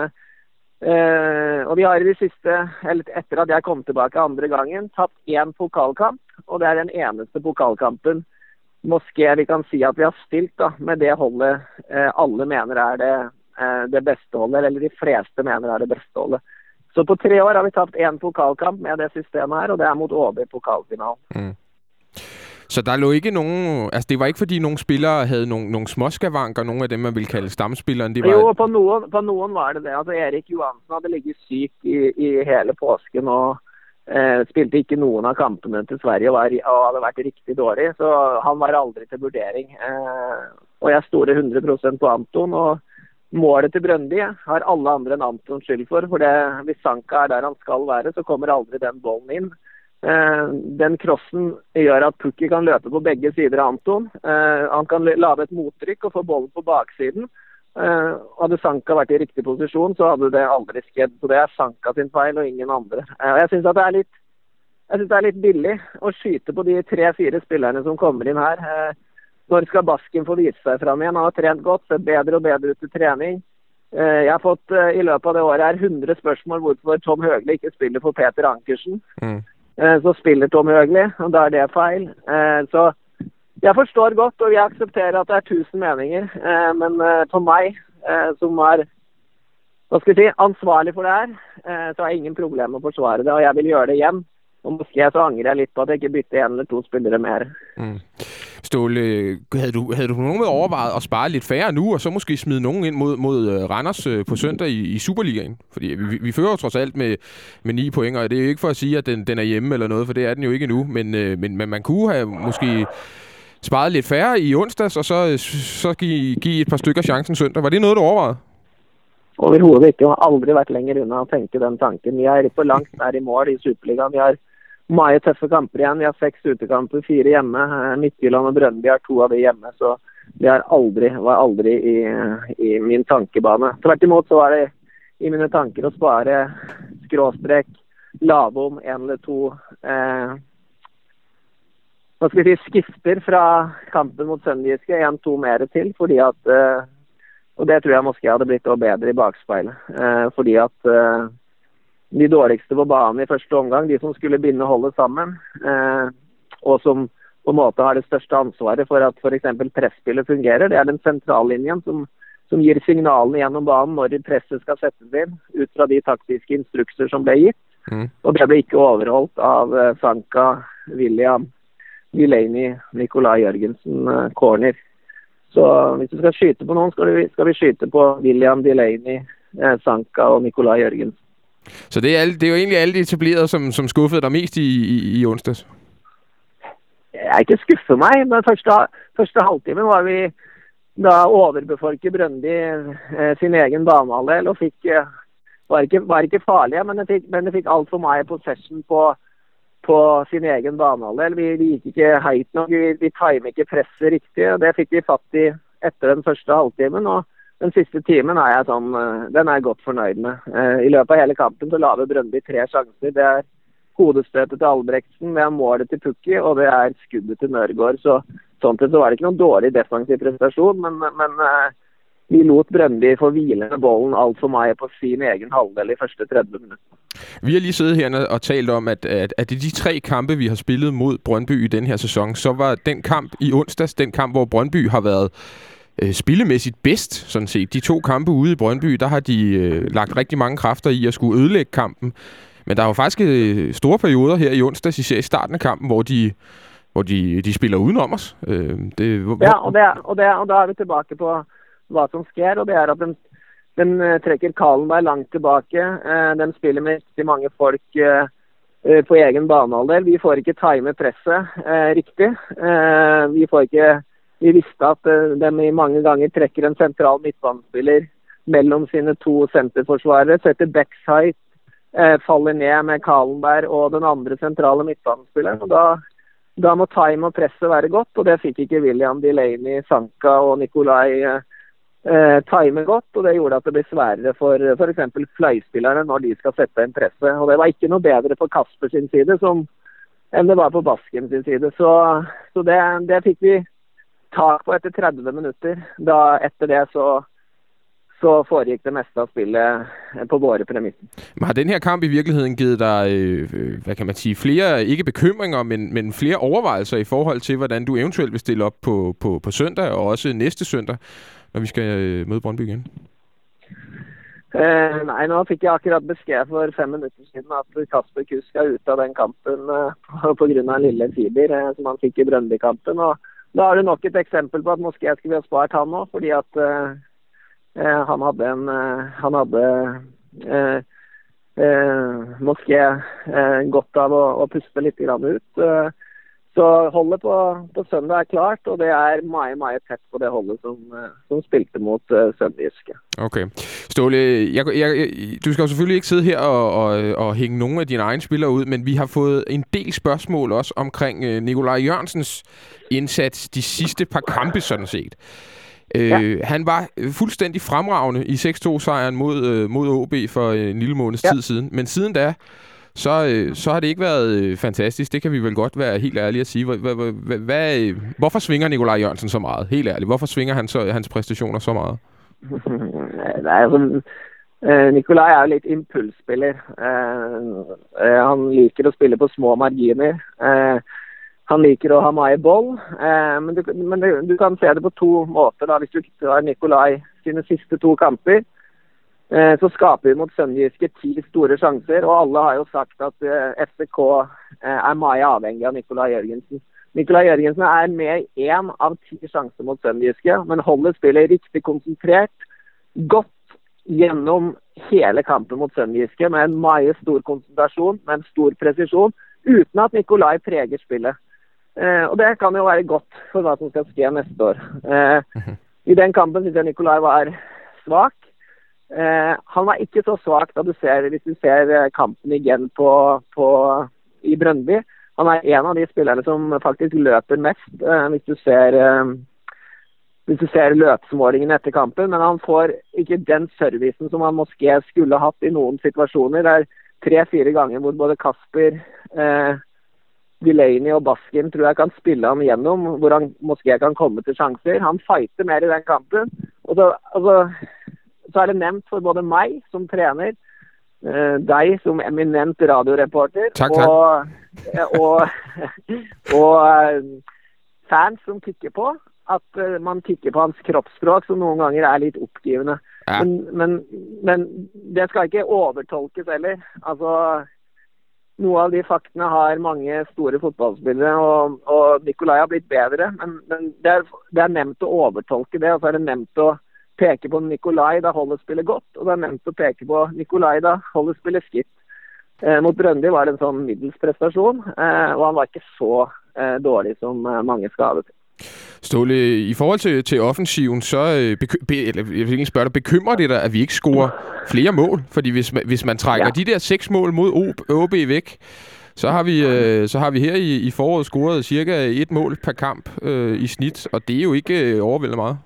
Uh, og vi har i de siste, eller etter at jeg kom tilbake andre gangen, tatt én pokalkamp, og det er den eneste pokalkampen måske vi kan si at vi har stilt da, med det holdet uh, alle mener er det, uh, det beste holdet, eller de fleste mener er det beste holdet. Så på tre år har vi tatt én pokalkamp med det systemet her, og det er mot O B pokalfinalen. Mm. Så der lå ikke nogen... Altså, det var ikke, fordi nogle spillere havde nogle, nogle småskavanker, nogle af dem, man ville kalde stamspilleren. Det var... Jo, på noen, på noen var det det. Altså, Erik Johansen hadde ligget syk i, i hele påsken, og eh, spilte ikke noen av kampene til Sverige, og, var, og hadde vært riktig dårlig, så han var aldri til vurdering. Eh, og jeg stoler hundre prosent på Anton, og målet til Brøndby har alle andre enn Anton skyld for, for det, hvis Sanka er der han skal være, så kommer aldri den bollen inn. Uh, den crossen gjør at Pukki kan løpe på begge sider av Anton. Uh, han kan lave et mottrykk og få bollen på baksiden. Uh, hadde Sanka vært i riktig posisjon, så hadde det aldri skjedd. Så det er Sanka sin feil og ingen andre. Uh, jeg synes at det er litt, jeg synes det er litt billig å skyte på de tre-fire spillerne som kommer inn her. Uh, når skal Basken få vise seg frem igjen? Han har trent godt, sett bedre og bedre ut til trening. Uh, jeg har fått uh, i løpet av det året her hundre spørsmål hvorfor Tom Høgli ikke spiller for Peter Ankersen. Mm. Så spiller Tom Høgli, og da er det feil. Så jeg forstår godt, og jeg aksepterer at det er tusen meninger. Men for meg, som er hva skal jeg si, ansvarlig for det her, så har jeg ingen problem med å forsvare det, og jeg vil gjøre det igjen. Og måske så angrer jeg litt på at jeg ikke bytter en eller to spillere mer. Mm. Ståle, havde du, havde du nogen med overvejet at spare lidt færre nu, og så måske smide nogen ind mod, mod Randers på søndag i, i Superligaen? Fordi vi, vi fører jo trods alt med, med ni point, og det er jo ikke for at sige, at den, den er hjemme eller noget, for det er den jo ikke endnu. Men, men, men man kunne have måske sparet lidt færre i onsdags, og så, så give, give et par stykker chancen søndag. Var det noget, du overvejede? Overhovedet ikke. Jeg har aldri vært lenger unna å tenke den tanken. Vi er litt for langt der i mål i Superligaen. Vi har mange tøffe kamper igjen. Vi har seks utekamper, fire hjemme. Midtjylland og Brøndby har to av de hjemme, så det har aldri, var aldri i, i min tankebane. Tvert imot så var det i mine tanker å spare skråstrek, lave om en eller to eh, hva skal vi si, skifter fra kampen mot Sønderjyske, en, to mer til, fordi at eh, og det tror jeg måske hadde blitt også bedre i bakspeilet, eh, fordi at eh, de dårligste på banen i første omgang, de som skulle binde holdet sammen, eh, og som på en måte har det største ansvaret for at for eksempel presspillet fungerer, det er den sentrallinjen som, som gir signalene gjennom banen når presset skal settes inn, ut fra de taktiske instrukser som ble gitt. Mm. Og det ble ikke overholdt av eh, Sanka, William, Delaney, Nikolai Jørgensen, eh, Corner. Så hvis du skal skyte på noen, skal vi, skal vi skyte på William, Delaney, eh, Sanka og Nikolai Jørgensen. Så det er, alle, det er jo egentlig alle de etablerede, som, som skuffede dig mest i, i, i onsdags? Jeg er ikke skuffet meg, men første, første halvtimen var vi da overbefolket Brøndby eh, sin egen banehalvdel og fikk, eh, var, ikke, var ikke farlige, men det fikk, men det fikk alt for meg possession på, på sin egen banehalvdel. Vi, vi gikk ikke høyt nok, vi, vi timet ikke presset riktig, og det fikk vi fatt i etter den første halvtimen, og den siste timen er jeg sånn, den er jeg godt fornøyd med. I løpet av hele kampen så laver Brøndby tre sjanser. Det er hodestøtet til Albrektsen, det er målet til Pukki, og det er skuddet til Nørgaard. Så sånn sett så var det ikke noen dårlig defensiv prestasjon, men, men vi lot Brøndby få hvile med bollen alt for meg på sin egen halvdel i første tretti minutter. Vi har lige siddet her og talt om, at, at, at de tre kampe, vi har spillet mod Brøndby i den her sæson, så var den kamp i onsdags, den kamp, hvor Brøndby har været øh, spillemæssigt bedst, sådan set. De to kampe ude i Brøndby, der har de øh, lagt rigtig mange kræfter i at skulle ødelægge kampen. Men der er jo faktisk øh, store perioder her i onsdags, især i starten af kampen, hvor de, hvor de, de spiller udenom os. Øh, det, hvor, ja, og, det er, og, det er, og da er vi tilbage på hva som sker, og det er at den, den uh, trekker Kallenberg langt tilbake. Uh, den spiller med riktig mange folk uh, uh, på egen banehalvdel. Vi får ikke time presset uh, riktig. Uh, vi får ikke, vi visste at uh, de mange ganger trekker en sentral midtbanespiller mellom sine to senterforsvarere, setter backside, uh, faller ned med Kallenberg og den andre sentrale midtbanespilleren, og da Da må time og presset være godt, og det fikk ikke William Delaney, Sanka og Nikolai eh, time godt, og det gjorde at det ble sværere for for eksempel fløyspillerne når de skal sette inn presset. Og det var ikke noe bedre på Kasper sin side som, enn det var på Basken sin side. Så, så det, det fikk vi tak på etter tretti minutter. Da etter det så så foregik det meste av spillet på våre premisser. Men har den her kamp i virkeligheden givet dig, øh, hvad kan man sige, flere, ikke bekymringer, men, men flere overvejelser i forhold til, hvordan du eventuelt vil stille op på, på, på søndag, og også næste søndag, når vi skal øh, møde Brøndby igen? Eh, nei, nå fikk jeg akkurat besked for fem minutter siden at Kasper Kusk er ute av den kampen eh, på, på grunn av en lille fiber eh, som han fikk i Brøndby-kampen, og da har du nok et eksempel på at måske skulle vi ha spart han nå, fordi at eh, Eh, han hadde en eh, han hadde eh, eh, måske eh, godt av å, å puste litt grann ut. Eh, så holdet på, på søndag er klart, og det er meget, meget tett på det holdet som, eh, som spilte mot eh, Sønderjyske. Okay. Ståle, jeg, jeg, du skal jo selvfølgelig ikke sidde her og, og, og hænge nogle af dine egne spillere ud, men vi har fået en del spørgsmål også omkring eh, Nikolaj Jørgensens indsats de sidste par kampe, sådan set. Ja. Øh, han var fuldstændig fremragende i seks to sejren mod, øh, mod O B for en lille måneds ja. tid siden. Men siden da, så, øh, så har det ikke været øh, fantastisk. Det kan vi vel godt være helt ærlige at sige. Hva, hva, hva, hva, øh, hvorfor svinger Nikolaj Jørgensen så meget? Helt ærligt. Hvorfor svinger han så, hans præstationer så meget? Nej, altså, øh, Nikolaj er jo lidt impulsspiller. Øh, øh, han liker at spille på små marginer. Øh, Han liker å ha meg i boll, eh, men, du, men du, du kan se det på to måter. Da. Hvis du tar Nikolaj sine siste to kamper, eh, så skaper vi mot Sønderjyske ti store sjanser, og alle har jo sagt at eh, F C K eh, er meget avhengig av Nikolaj Jørgensen. Nikolaj Jørgensen er med i én av ti sjanser mot Sønderjyske, men holdet spiller riktig konsentrert, godt gjennom hele kampen mot Sønderjyske, med en meget stor konsentrasjon, med en stor presisjon, uten at Nikolaj preger spillet. Eh, og det kan jo være godt for hva som skal skje neste år. Eh, I den kampen synes jeg Nikolaj var svak. Eh, han var ikke så svak da du ser, hvis du ser kampen igjen på, på, i Brøndby. Han er en av de spillerne som faktisk løper mest, eh, hvis du ser, eh, hvis du ser løpsmålingen etter kampen. Men han får ikke den servicen som han måske skulle hatt i noen situasjoner. Det er tre-fire ganger hvor både Kasper, eh, Delaney og Basken tror jeg kan spille han gjennom, hvor han måske kan komme til sjanser. Han fighter mer i den kampen. Og så, altså, så er det nevnt for både meg som trener, eh, deg som eminent radioreporter, takk, takk. og, og, og fans som kikker på, at uh, man kikker på hans kroppsspråk, som noen ganger er litt oppgivende. Ja. Men, men, men det skal ikke overtolkes heller. Altså, noe av de faktene har mange store fotballspillere, og, og Nikolaj har blitt bedre, men, men det, er, det er nevnt å overtolke det, og så er det nevnt å peke på Nikolaj da holdet spiller godt, og det er nevnt å peke på Nikolaj da holdet spiller skitt. Eh, mot Brøndby var det en sånn middels prestasjon, eh, og han var ikke så eh, dårlig som eh, mange skadet. Ståle, i forhold til, til offensiven, så beky- be, eller, jeg vil ikke spørge dig, bekymrer det dig, at vi ikke scorer flere mål? Fordi hvis man, hvis man trækker ja. de der seks mål mod O B væk, så har vi, øh, så har vi her i, i foråret scoret cirka et mål per kamp øh, i snit, og det er jo ikke øh, overvældende meget.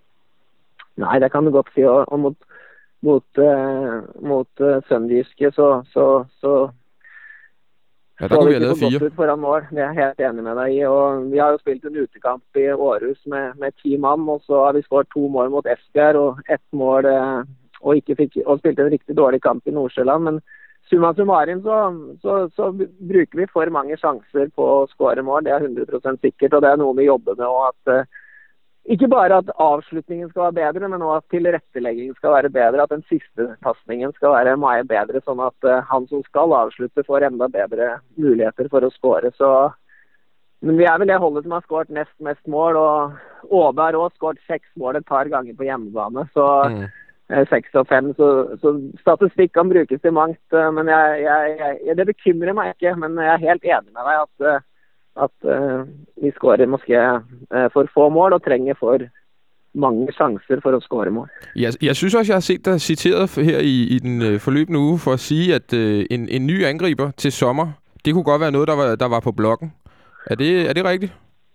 Nej, det kan du godt sige, og mot, mot, uh, mot uh, Sønderjyske, så, så, så ja, der kunne vi have lavet fire. Ut foran mål. Det er jeg helt enig med dig i, og vi har jo spilt en utekamp i Aarhus med, med ti mann, og så har vi skåret to mål mot Esbjerg, og ett mål, uh, og, ikke fikk, og spilte en riktig dårlig kamp i Nordsjælland, men summa summarum så, så, så bruker vi for mange chancer på å skåre mål, det er hundre prosent sikkert, og det er noe vi jobber med, og at uh, ikke bare at avslutningen skal være bedre, men også at tilretteleggingen skal være bedre, at den siste passningen skal være mye bedre, sånn at uh, han som skal avslutte får enda bedre muligheter for å skåre. Så, men vi er vel det holdet som har skåret nest mest mål, og Åbe har også skåret seks mål et par ganger på hjemmebane, så mm. uh, seks og fem, så, så statistikk kan brukes til mangt, uh, men jeg, jeg, jeg, det bekymrer meg ikke, men jeg er helt enig med deg at uh, at uh, vi skårer måske uh, for få mål og trenger for mange chancer for å skåre mål. Jeg, jeg synes også, jeg har set dig citeret her i, i den uh, forløbende uge for at sige, at uh, en, en ny angriber til sommer, det kunne godt være noget, der var, der var på blokken. Er det, er det rigtigt?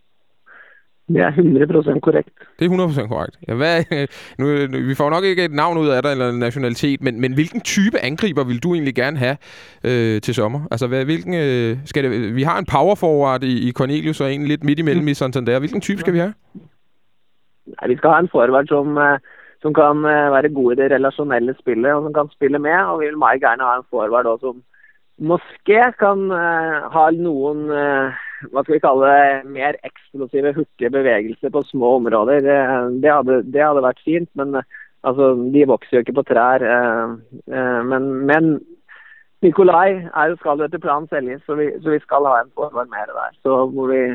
Det er hundre prosent korrekt. Det er hundre procent korrekt. Ja, hvad, nu, nu, vi får nok ikke et navn ud af dig eller en nationalitet, men, men hvilken type angriber vil du egentlig gerne have øh, til sommer? Altså, hvad, hvilken, øh, skal det, vi har en power forward i, i Cornelius og en lidt midt imellem mm. i Santander. Hvilken type skal vi have? Nej, vi skal have en forward, som, som kan være god i det relationelle spillet, og som kan spille med, og vi vil meget gerne have en forward også, som måske kan uh, ha noen uh, hva skal vi kalle det, mer eksplosive, hurtige bevegelser på små områder. Det, det, hadde, det hadde vært fint, men uh, altså, de vokser jo ikke på trær. Uh, uh, men, men Nikolaj er jo skal etter planen selges, så vi, så vi skal ha en forward mer der. Så hvor vi,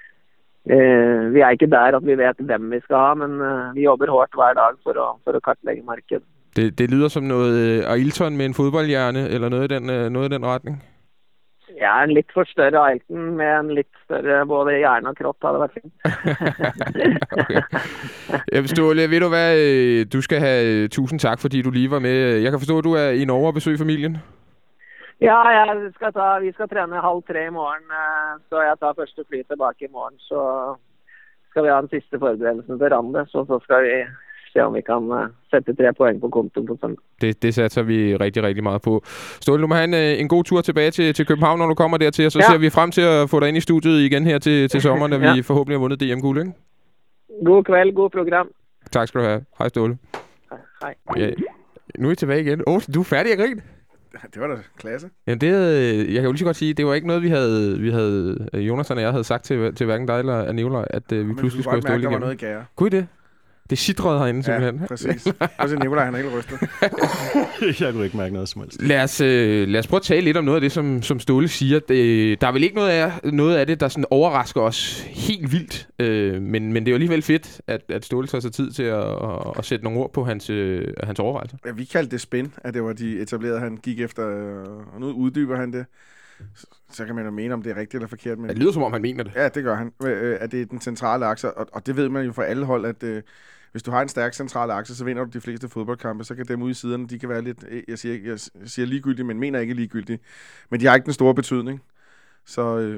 uh, vi er ikke der at vi vet hvem vi skal ha, men uh, vi jobber hårdt hver dag for å, for å kartlegge markedet. Det, det lyder som noget Ailton med en fodboldhjerne, eller noget i den, noget i den retning? Ja, en lidt for større Ailton med en lidt større både hjerne og krop hadde vært fint. Okay. Jeg forstår, ved du hvad, du skal have tusind tak, fordi du lige var med. Jeg kan forstå, at du er i Norge og besøger familien. Ja, jeg skal ta, vi skal trene halv tre i morgen, så jeg tar første fly tilbake i morgen. Så skal vi ha den sidste forberedelsen til Rande, så, så skal vi se om vi kan uh, sætte tre point på kontoen på søndag. Det, det satser vi rigtig, rigtig meget på. Ståle, du må have en, en god tur tilbage til, til København, når du kommer dertil, og så ja. ser vi frem til at få dig ind i studiet igen her til, til sommer, når ja. vi forhåbentlig har vundet D M-guld, ikke? God kvæld, god program. Tak skal du have. Hej, Ståle. Hej. Ja, nu er I tilbage igen. Åh, oh, du er færdig at grine. Det var da klasse. Ja, det, jeg kan jo lige så godt sige, det var ikke noget, vi havde, vi havde Jonas og jeg havde sagt til, til hverken dig eller Nikolaj, at uh, vi pludselig skulle stå igen. Noget gære. Kunne I det? Det sidrede herinde, simpelthen. Ja, præcis. Og så Nikolaj, han er helt rystet. Jeg kunne ikke mærke noget som helst. Lad os, øh, lad os prøve at tale lidt om noget af det, som, som Ståle siger. Det, der er vel ikke noget af, noget af det, der sådan overrasker os helt vildt. Øh, men, men det er jo alligevel fedt, at, at Ståle tager sig tid til at, at, at sætte nogle ord på hans, øh, hans overvejelser. Ja, vi kaldte det spin, at det var de etablerede, han gik efter. Og nu uddyber han det. Så, så kan man jo mene, om det er rigtigt eller forkert. Men det lyder som om, han mener det. Ja, det gør han. At det er den centrale akse. Og, og det ved man jo fra alle hold, at øh, hvis du har en stærk central akse, så vinder du de fleste fodboldkampe. Så kan dem ude i siderne, de kan være lidt, jeg siger, jeg siger ligegyldige, men mener ikke ligegyldige. Men de har ikke den store betydning. Så øh,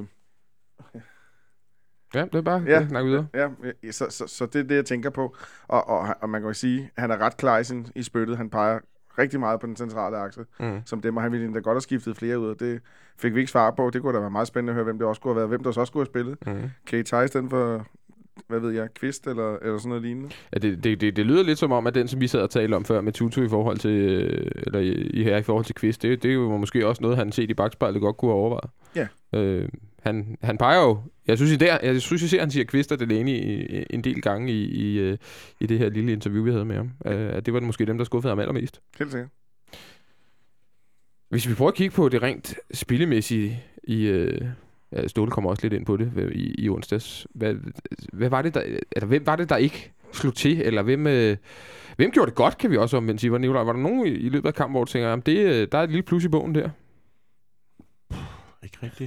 ja, det er bare ja, snakke videre. Ja, ja så, så, så det er det, jeg tænker på. Og, og, og man kan jo sige, at han er ret klar i, sin, i spyttet. Han peger rigtig meget på den centrale akse, mm. som dem, og han ville endda godt have skiftet flere ud. Det fik vi ikke svar på. Det kunne da være meget spændende at høre, hvem det også skulle have været. Hvem der også skulle have spillet. Mm. Keita i stedet for, hvad ved jeg, Kvist eller, eller sådan noget lignende. Ja, det, det, det, det lyder lidt som om, at den, som vi sad og talte om før med Tutu i forhold til, eller i, i her i forhold til Kvist, det, det er jo måske også noget, han set i bagspejlet godt kunne have overvejet. Ja. Øh, han, han peger jo, jeg synes, I der, jeg synes, I ser, han siger Kvist og Delaney en del gange i, i, i det her lille interview, vi havde med ham. At det var måske dem, der skuffede ham allermest. Helt sikkert. Hvis vi prøver at kigge på det rent spillemæssige i... Øh, ja, Ståle kommer også lidt ind på det i, i onsdags. Hvad, hvad var det, der, eller hvem var det, der ikke slog til? Eller hvem, øh, hvem gjorde det godt, kan vi også omvendt sige. Var, Nicolaj, var der nogen i, i løbet af kampen, hvor du tænker, jamen det, der er et lille plus i bogen der? Ikke rigtigt.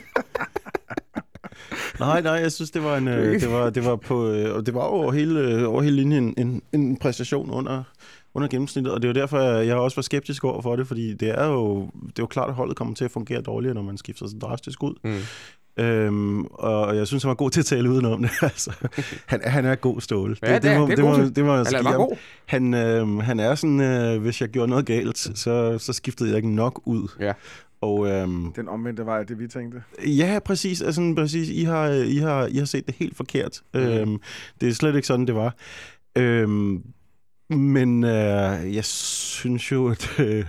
nej, nej, jeg synes, det var en, øh, det var, det var på, øh, og det var over hele, over hele linjen en, en præstation under, under gennemsnittet, og det er jo derfor, jeg også var skeptisk over for det, fordi det er jo, det er jo klart, at holdet kommer til at fungere dårligere, når man skifter så drastisk ud. Mm. Øhm, og jeg synes, han var god til at tale udenom det. Altså, han, han er god, Ståle. Ja, det, det, det, må, det, det, må, det må jeg sige ham. Han, øh, han er sådan, øh, hvis jeg gjorde noget galt, så, så skiftede jeg ikke nok ud. Ja. Og, øhm, den omvendte vej, det vi tænkte. Ja, præcis. Altså, præcis. I, har, I, har, I har set det helt forkert. Mm. Øhm, det er slet ikke sådan, det var. Øhm, men øh, jeg synes jo, at øh,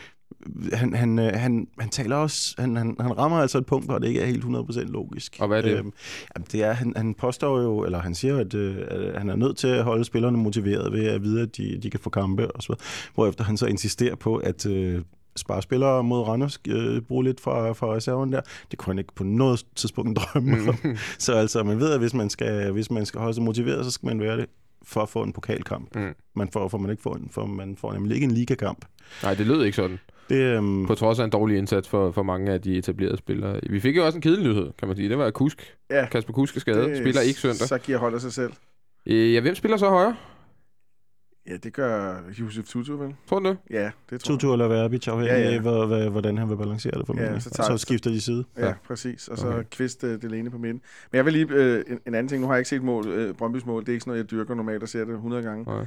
han, han, han, han taler også, han, han, han rammer altså et punkt, hvor det ikke er helt hundrede procent logisk. Og hvad er det? Øhm, jamen, det er, han, han påstår jo, eller han siger, at, øh, at han er nødt til at holde spillerne motiveret ved at vide, at de, de kan få kampe og så videre. Hvorefter han så insisterer på, at øh, spare spillere mod Randers, øh, bruge lidt fra, fra reserven der. Det kunne han ikke på noget tidspunkt drømme om. Mm. Så altså, man ved, at hvis man skal, hvis man skal holde sig motiveret, så skal man være det for at få en pokalkamp. Mm. Man får, for man ikke får en, for man får nemlig ikke en ligakamp. Nej, det lød ikke sådan. Det, øhm... På trods af en dårlig indsats for, for mange af de etablerede spillere. Vi fik jo også en kedelig nyhed, kan man sige. Det var Kusk. Ja. Kasper Kusk er skadet. Det spiller ikke søndag. Så giver holder sig selv. Øh, ja, hvem spiller så højre? Ja, det gør Yusuf Tutu, vel? Tror du det? Ja, det tror Tutu jeg. eller Verbic, afhængig ja, ja. af, hvordan han vil balancere det for mig. Ja, så, så skifter de side. Ja, ja. præcis. Og så okay. Kvist uh, Delaney på midten. Men jeg vil lige, øh, en, en anden ting, nu har jeg ikke set mål, øh, Brøndbys mål, det er ikke sådan noget, jeg dyrker normalt og ser det hundrede gange. Okay.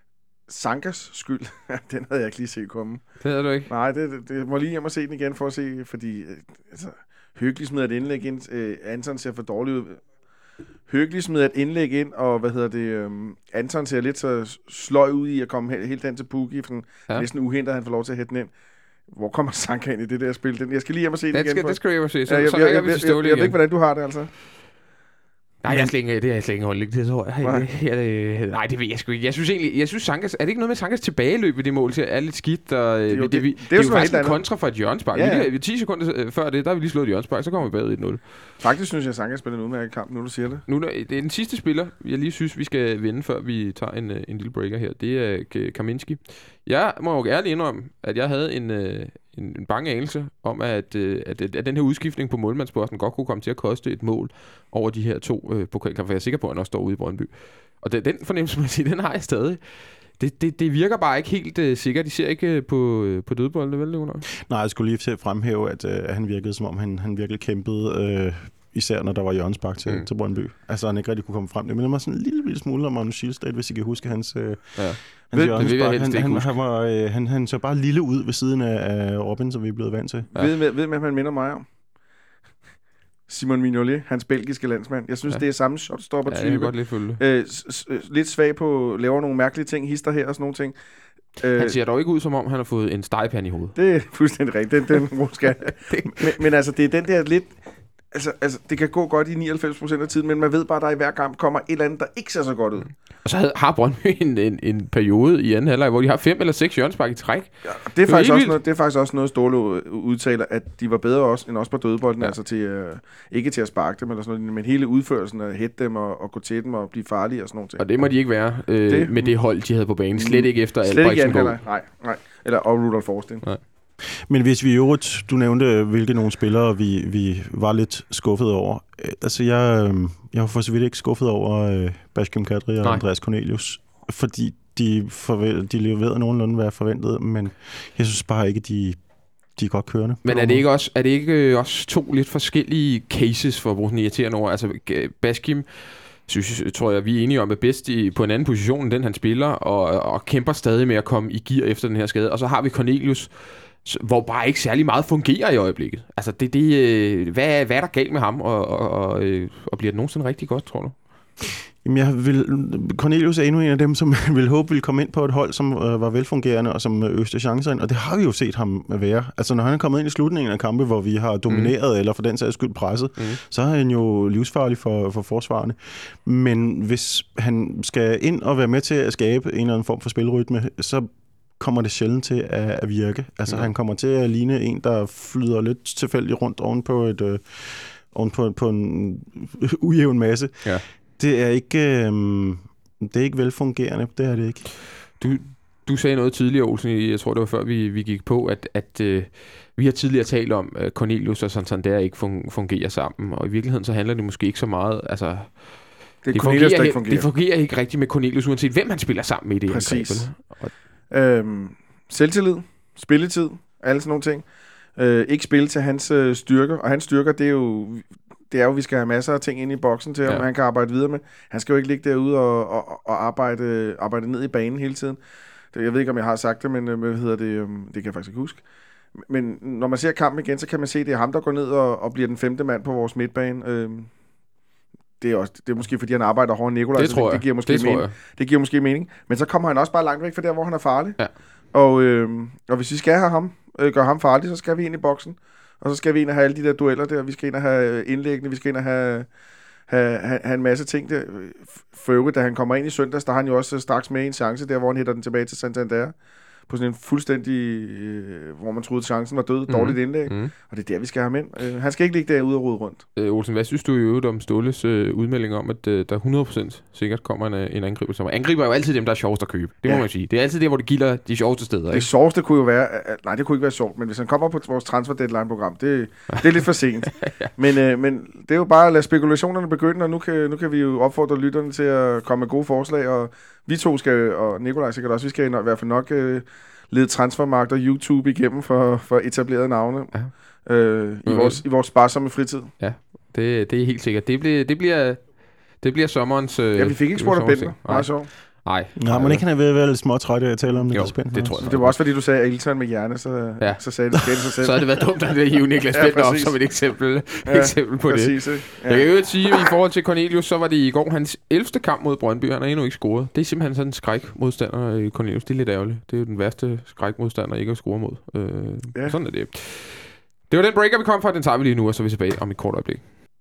Sankas skyld, den havde jeg ikke lige set komme. Det havde du ikke? Nej, det, det, det må lige hjem og se den igen for at se, fordi øh, altså, Høgli smider et indlæg ind, øh, Anton ser for dårligt ud. Høgli smider et indlæg ind, og hvad hedder det, øh, Anton ser lidt så sløj ud i at komme helt, helt hen til Pukki, for ja. Næsten uhindret, at han får lov til at hætte den ind. Hvor kommer Sanka ind i det der spil? Den, jeg skal lige hjem og se den igen. Skal, det skal du hjem og se, så, ja, jeg, så jeg, jeg, jeg, jeg, jeg, jeg, jeg ved ikke, hvordan du har det, altså. Nej, jeg slet ikke, det er jeg slet ikke holdt det, tror jeg. Nej. Jeg, jeg, nej, det ved jeg sgu ikke. Jeg synes egentlig, jeg synes Sankas, er det ikke noget med Sankas tilbageløb i det mål til er lidt skidt? Og, det, er jo, det, det, det, det, det er jo faktisk en kontra fra et hjørnespark. Ja, ja. Vi, ti sekunder før det, der har vi lige slået et hjørnespark, så kommer vi bagud et nul. Faktisk synes jeg, at Sankas spiller en udmærket kamp, nu du siger det. Nu, det er den sidste spiller, jeg lige synes, vi skal vinde, før vi tager en, en lille breaker her. Det er Kaminski. Jeg må jo ærligt indrømme, at jeg havde en, en, en bange anelse om, at, at, at den her udskiftning på målmandsposten godt kunne komme til at koste et mål over de her to øh, pokalkampe, for jeg er sikker på, at han også står ude i Brøndby. Og det, den fornemmelse, man siger, den har jeg stadig. Det, det, det virker bare ikke helt øh, sikkert. De ser ikke på, øh, på dødbolden, vel, Leonard? Nej, jeg skulle lige til at fremhæve, at øh, han virkede, som om han, han virkelig kæmpede... Øh især når der var hjørnespark til, mm. til Brøndby. Altså, han ikke rigtig kunne komme frem. Det minder mig sådan en lille, lille smule om Magnus Schildstad, hvis I kan huske hans, øh, ja. hans hjørnespark. Han, han, han, var, øh, han, han så bare lille ud ved siden af, af Robin, som vi er blevet vant til. Ja. Ved, ved, ved man, man minder mig om? Simon Mignolet, hans belgiske landsmand. Jeg synes, ja. det er samme shotstopper-type. Ja, jeg kan godt lidt følge øh, s- s- Lidt svag på, laver nogle mærkelige ting, hister her og sådan nogle ting. Han ser dog ikke ud, som om han har fået en stegepande i hovedet. Det er fuldstændig rigtigt. Den, den skal. men, men altså, det er den der lidt... Altså, altså, det kan gå godt i nioghalvfems procent af tiden, men man ved bare, at der i hver kamp kommer et eller andet, der ikke ser så godt ud. Og så har Brøndby en, en, en periode i anden halvleg, hvor de har fem eller seks hjørnespark i træk. Ja, det, er faktisk også noget, det er faktisk også noget, Ståle udtaler, at de var bedre også, end også på dødbolden, ja. altså til, uh, ikke til at sparke dem, eller sådan noget, men hele udførelsen at hætte dem og, og gå til dem og blive farlige og sådan noget. Og det må de ikke være øh, det, med det hold, de havde på banen. Slet ikke efter Albrechtsen går. Nej, nej. Eller og Rudolf Forsten. Nej. Men hvis vi i øvrigt, du nævnte, hvilke nogle spillere, vi, vi var lidt skuffet over. Altså, jeg, jeg var for så vidt ikke skuffet over uh, Baskim Kadri og Nej. Andreas Cornelius, fordi de, forvent, de leverede nogenlunde, hvad jeg forventede, men jeg synes bare ikke, de, de er godt kørende. Men er det ikke også, er det ikke også to lidt forskellige cases, for at bruge sådan irriterende ord? Altså, Baskim, synes, tror jeg, vi er enige om, er bedst i, på en anden position, end den han spiller, og, og kæmper stadig med at komme i gear efter den her skade. Og så har vi Cornelius, hvor bare ikke særlig meget fungerer i øjeblikket. Altså, det, det, øh, hvad, hvad er der galt med ham, og, og, og, øh, og bliver det nogensinde rigtig godt, tror du? Jamen, jeg vil, Cornelius er endnu en af dem, som vil håbe ville komme ind på et hold, som øh, var velfungerende, og som øste chancer ind, og det har vi jo set ham være. Altså, når han er kommet ind i slutningen af kampe, hvor vi har domineret, mm. eller for den sags skyld presset, mm. så er han jo livsfarlig for, for forsvarerne. Men hvis han skal ind og være med til at skabe en eller anden form for spilrytme, så kommer det sjældent til at, at virke. Altså, ja. Han kommer til at ligne en, der flyder lidt tilfældigt rundt oven på, et, øh, oven på, på en ujævn masse. Ja. Det er ikke øh, det er ikke velfungerende. Det er det ikke. Du, du sagde noget tidligere, Olsen, jeg tror det var før vi, vi gik på, at, at øh, vi har tidligere talt om, at Cornelius og Santander ikke fungerer sammen, og i virkeligheden så handler det måske ikke så meget, altså det, det, fungerer, fungerer, ikke fungerer. det fungerer ikke rigtigt med Cornelius, uanset hvem han spiller sammen med i det. Præcis. Og Øhm, selvtillid, spilletid, alle sådan nogle ting. Øh, ikke spille til hans øh, styrker, og hans styrker, det er jo, det er jo, vi skal have masser af ting ind i boksen til, ja. Om han kan arbejde videre med. Han skal jo ikke ligge derude og, og, og arbejde, arbejde ned i banen hele tiden. Jeg ved ikke, om jeg har sagt det, men øh, hvad hedder det, øh, det kan jeg faktisk ikke huske. Men når man ser kampen igen, så kan man se, at det er ham, der går ned og, og bliver den femte mand på vores midtbane. Øh, det, er også, det er måske, fordi han arbejder hårdere end Nikolaj, det, tror det, det, giver måske det, mening. det giver måske mening. Men så kommer han også bare langt væk fra der, hvor han er farlig. Ja. Og, øh, og hvis vi skal have ham, øh, gøre ham farlig, så skal vi ind i boksen. Og så skal vi ind og have alle de der dueller der. Vi skal ind og have indlæggende, vi skal ind og have, have, have, have en masse ting der. Føge, da han kommer ind i søndags, der har han jo også straks med en chance der, hvor han hætter den tilbage til Santander. På sådan en fuldstændig, øh, hvor man troede, at chancen var død, mm. dårligt indlæg. Mm. Og det er der, vi skal have ham ind. Øh, han skal ikke ligge derude og rode rundt. Øh, Olsen, hvad synes du i øvrigt om Ståles øh, udmelding om, at øh, der hundrede procent sikkert kommer en, en angriber? Som angriber er jo altid dem, der er sjovest at købe. Det ja. Må man sige. Det er altid der, hvor det gilder de sjoveste steder. Det ikke? sjoveste kunne jo være... Øh, nej, det kunne ikke være sjovt, men hvis han kommer på vores transfer deadline-program, det, det er lidt for sent. ja. men, øh, men det er jo bare at lade spekulationerne begynde, og nu kan, nu kan vi jo opfordre lytterne til at komme med gode forslag, og vi to skal, og Nikolaj sikkert også, vi skal i hvert fald nok... Øh, lede transfermarkt og YouTube igennem for, for etablerede navne ja. øh, i, vores, i vores sparsomme fritid. Ja, det, det er helt sikkert. Det bliver, det bliver, det bliver sommerens... Øh, ja, vi fik ikke spurgt af Bender. Nej, så. Nej. Nej, men ikke han er ved at være lidt småtræt af at tale om det. Jo, det, spændende, det tror jeg. Det var også fordi, du sagde Ailton med hjerne, så, ja. så sagde det skældte sig selv. Så har det været dumt at hive Niklas Bender ja, op som et eksempel, ja, eksempel på præcis, det. Ja. Jeg kan jo sige, at i forhold til Cornelius, så var det i går hans ellevte kamp mod Brøndby. Han har endnu ikke scoret. Det er simpelthen sådan en skrækmodstander i Cornelius. Det er lidt ærgerligt. Det er jo den værste skrækmodstander, ikke at score mod. Øh, ja. Sådan er det. Det var den breaker, vi kom fra. Den tager vi lige nu, og så er vi tilbage om et kort øjeblik.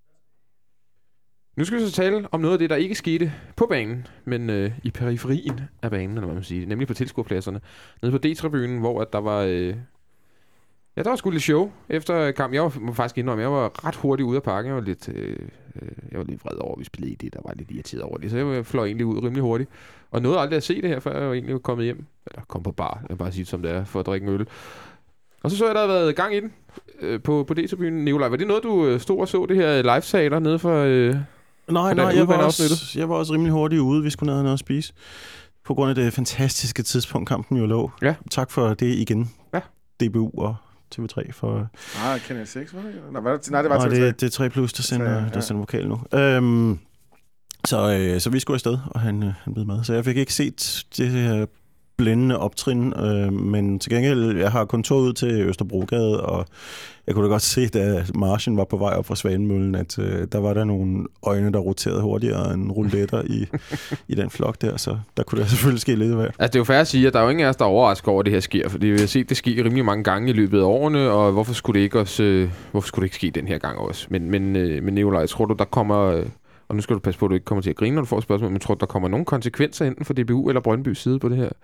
Nu skal vi så tale om noget af det, der ikke skete på banen, men øh, i periferien af banen, eller hvad man siger, nemlig på tilskuerpladserne. Nede på D-tribunen, hvor at der var... Øh, ja, der var sgu lidt show efter kampen. Jeg var, må faktisk indrømme, jeg var ret hurtigt ude af parken. Jeg var lidt, øh, jeg var lidt vred over, at vi spillede i det, der var lidt irriteret over det. Så jeg fløj egentlig ud rimelig hurtigt. Og nåede aldrig at se det her, før jeg var egentlig kommet hjem. Eller kom på bar, jeg vil bare sige det som det er, for at drikke en øl. Og så så jeg, der havde været gang i den øh, på, på D-tribunen. Nikolaj, var det noget, du stod og så det her live-teater nede for... Øh, Nej, nej, jeg var, også, jeg var også rimelig hurtigt ude. Vi skulle ned og noget at spise. På grund af det fantastiske tidspunkt, kampen jo lå. Ja. Tak for det igen. Ja. D B U og T V tre for... Nej, Kanal seks, var det? Nej, var det, nej, det var T V tre. Nej, det, det er tre plus, der sender, ja. der sender vokal nu. Øhm, så, øh, så vi skulle afsted, og han, øh, han blev med. Så jeg fik ikke set det her blændende optrin, øh, men til gengæld, jeg har kontor ud til Østerbrogade, og jeg kunne da godt se, da marchen var på vej op fra Svanemøllen, at øh, der var der nogle øjne, der roterede hurtigere end rouletter i, i den flok der, så der kunne der selvfølgelig ske lidt af hvert. Altså det er jo fair at sige, at der er jo ingen af os, der overrasker over, at det her sker, fordi vi har set det ske rimelig mange gange i løbet af årene, og hvorfor skulle det ikke også, øh, hvorfor skulle det ikke ske den her gang også? Men, men, øh, men Nikolaj, tror du, der kommer... Øh, og nu skal du passe på, at du ikke kommer til at grine, når du får et spørgsmål, men tror du, der kommer nogle konsekvenser enten for D B U eller Brøndbys side på det her?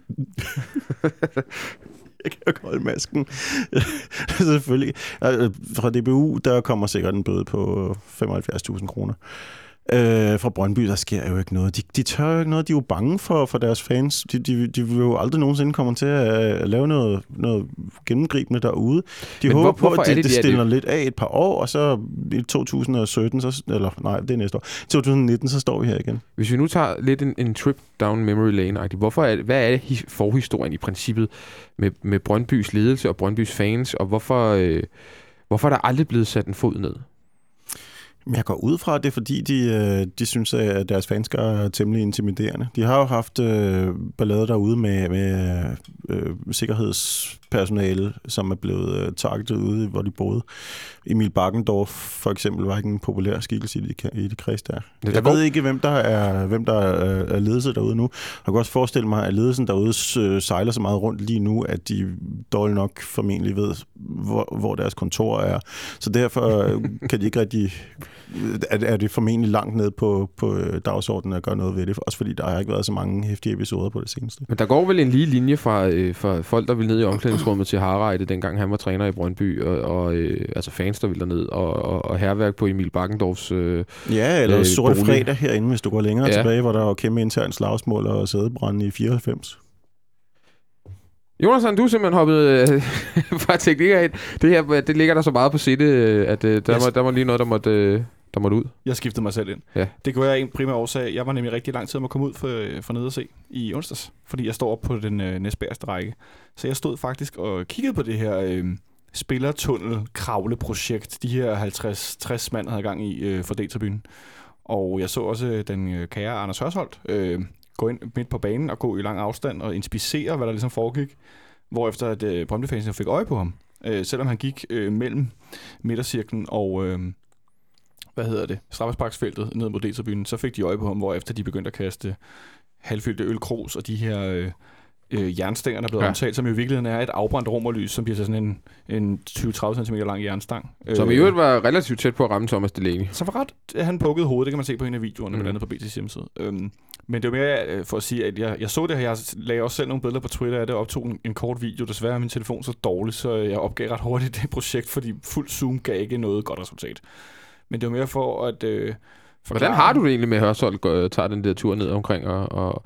Jeg kan jo holde masken. Selvfølgelig. Fra D B U, der kommer sikkert en bøde på femoghalvfjerds tusind kroner. Øh, fra Brøndby, der sker jo ikke noget. De, de tør jo ikke noget. De er jo bange for, for deres fans. De, de, de vil jo aldrig nogensinde komme til at lave noget, noget gennemgribende derude. De Men håber hvor, på, at de, det, de stiller det? lidt af et par år, og så i to tusind sytten, så, eller nej, det er næste år. I to tusind nitten, så står vi her igen. Hvis vi nu tager lidt en, en trip down memory lane, hvorfor er, hvad er det forhistorien i princippet med, med Brøndbys ledelse og Brøndbys fans, og hvorfor, øh, hvorfor er der aldrig blevet sat en fod ned? Jeg går ud fra, at det er fordi, de, de synes, at deres fans er temmelig intimiderende. De har jo haft øh, ballade derude med, med øh, sikkerhedspersonale, som er blevet øh, targetet ude, hvor de boede. Emil Bakkendorf for eksempel var ikke en populær skikkelse i det, i det kreds der. Jeg jeg ved ikke, hvem der er, hvem der er, er ledelse derude nu. Jeg kan også forestille mig, at ledelsen derude sejler så meget rundt lige nu, at de dårligt nok formentlig ved, hvor, hvor deres kontor er. Så derfor kan de ikke rigtig... er det formentlig langt ned på, på dagsordenen at gøre noget ved det, også fordi der har ikke været så mange heftige episoder på det seneste. Men der går vel en lige linje fra, øh, fra folk, der ville ned i omklædningsrummet til Harreide, dengang han var træner i Brøndby, og, og øh, altså fans, der ville derned, og, og, og herværk på Emil Bakkendorfs øh, ja, eller øh, Sorte bolig. Fredag herinde, hvis du går længere ja. tilbage, hvor der var kæmpe intern slagsmål og sædebrand i fireoghalvfems. Jonathan, du er simpelthen hoppet øh, fra teknikker ind. Det her, det ligger der så meget på sætte, at øh, der, yes. må, der må lige noget, der måtte... Øh, der måtte ud? Jeg skiftede mig selv ind. Ja. Det gjorde jeg en primær årsag. Jeg var nemlig rigtig lang tid om at komme ud for, for nede at se i onsdags, fordi jeg står op på den øh, næstbærste række. Så jeg stod faktisk og kiggede på det her øh, spillertunnel-kravleprojekt, de her halvtreds tres mand havde gang i øh, for D-tribunen. Og jeg så også den øh, kære Anders Hørsholt øh, gå ind midt på banen og gå i lang afstand og inspicere, hvad der ligesom foregik. Hvorefter at øh, Brøndby-fansene fik øje på ham. Øh, selvom han gik øh, mellem midtercirklen og øh, hvad hedder det, straffesparksfeltet ned mod D-tribunen, så fik de øje på ham, hvorefter de begyndte at kaste halvfyldte ølkros og de her øh, øh, jernstænger, der er blevet ja. omtalt, som i virkeligheden er et afbrændt romerlys, som bliver sådan en, en tyve til tredive centimeter lang jernstang. Som i øvrigt var relativt tæt på at ramme Thomas Delaney. Så var ret, han pukkede hovedet, det kan man se på en af videoerne, mm. blandt andet på B T's hjemmeside. Øhm, men det var mere øh, for at sige, at jeg, jeg så det her, jeg lagde også selv nogle billeder på Twitter af det, og optog en, en kort video. Desværre er min telefon så dårlig, så jeg opgav ret hurtigt det projekt, fordi fuld zoom gav ikke noget godt resultat. Men det var mere for at øh, forklare... Hvordan har du det egentlig med, at Hørsholt øh, tager den der tur ned omkring, og, og,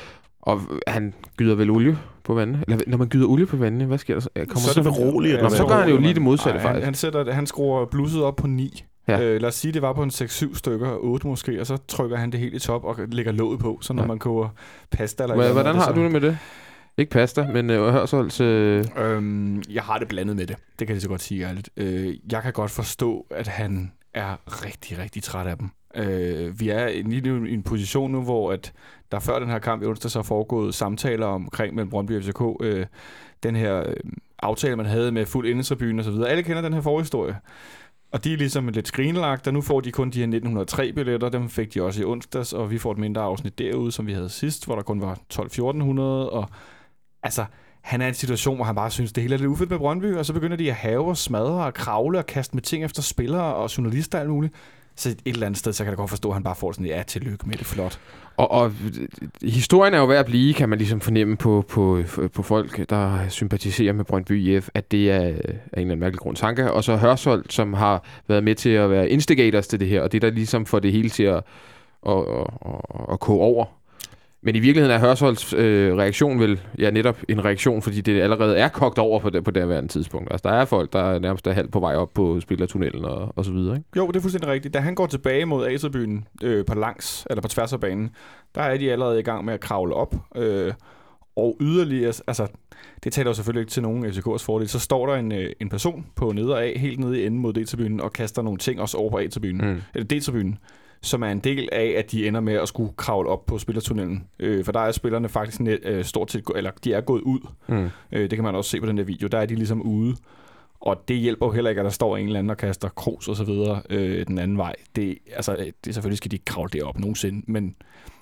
og han gyder vel olie på vandet? Eller når man gyder olie på vandet, hvad sker der så? Kommer så er det roligt? Ja, så gør han jo lige det modsatte, Ej, faktisk. Han, han, sætter, han skruer blusset op på ni. Ja. Øh, lad os sige, det var på en seks syv stykker, otte måske, og så trykker han det helt i top og lægger låget på, så når ja. man koger pasta eller... Hvordan, hvordan har så... du det med det? Ikke pasta, men øh, Hørsholt... Øh... Øhm, jeg har det blandet med det. Det kan jeg så godt sige ærligt. Øh, jeg kan godt forstå, at han er rigtig, rigtig træt af dem. Øh, vi er lige nu i en position nu, hvor at der før den her kamp i onsdag så er foregået samtaler omkring mellem Brøndby og F C K. Øh, den her øh, aftale, man havde med fuld indentribune og så videre. Alle kender den her forhistorie. Og de er ligesom lidt skrinlagt, og nu får de kun de her nitten hundrede og tre billetter. Dem fik de også i onsdags, og vi får et mindre afsnit derude, som vi havde sidst, hvor der kun var tolv fjorten hundrede. Og altså, han er i en situation, hvor han bare synes, det hele er lidt ufedt med Brøndby, og så begynder de at have og smadre og kravle og kaste med ting efter spillere og journalister og alt muligt. Så et eller andet sted, så kan jeg godt forstå, at han bare får sådan, ja, tillykke med det, flot. Og, og historien er jo ved at blive, kan man ligesom fornemme på, på, på folk, der sympatiserer med Brøndby I F, at det er af en eller anden mærkelig grund tanke. Og så Hørsholt, som har været med til at være instigators til det her, og det der ligesom får det hele til at, at, at, at, at koge over. Men i virkeligheden er Hørsholts øh, reaktion vel ja, netop en reaktion, fordi det allerede er kogt over på det, på det her tidspunkt. Altså, der er folk, der er nærmest er halvt på vej op på spillertunnelen og, og så videre, ikke? Jo, det er fuldstændig rigtigt. Da han går tilbage mod A-tribunen øh, på langs, eller på tværs af banen, der er de allerede i gang med at kravle op. Øh, og yderligere, altså, det taler jo selvfølgelig ikke til nogen F C K's fordel, så står der en, en person på neder A, helt nede i enden mod D-tribunen, og kaster nogle ting også over på A-tribunen, mm. eller D-tribunen, som er en del af, at de ender med at skulle kravle op på spillertunnelen. Øh, for der er spillerne faktisk net, øh, stort set, eller de er gået ud. Mm. Øh, det kan man også se på den der video. Der er de ligesom ude. Og det hjælper jo heller ikke, at der står en eller anden og kaster krus og så videre øh, den anden vej. Det, altså, det, selvfølgelig skal de ikke kravle det op nogensinde, men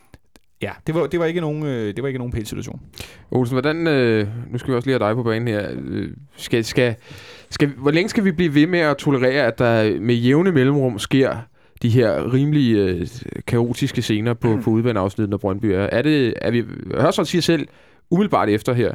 ja, det var, det var ikke nogen, øh, det var ikke nogen pæn situation. Olsen, hvordan, øh, nu skal vi også lige have dig på banen her. Øh, skal, skal, skal, hvor længe skal vi blive ved med at tolerere, at der med jævne mellemrum sker de her rimelig øh, kaotiske scener på, mm. på udbaneafsnittet, når Brøndby er? Er det, er vi, Hørsholt siger selv umiddelbart efter her,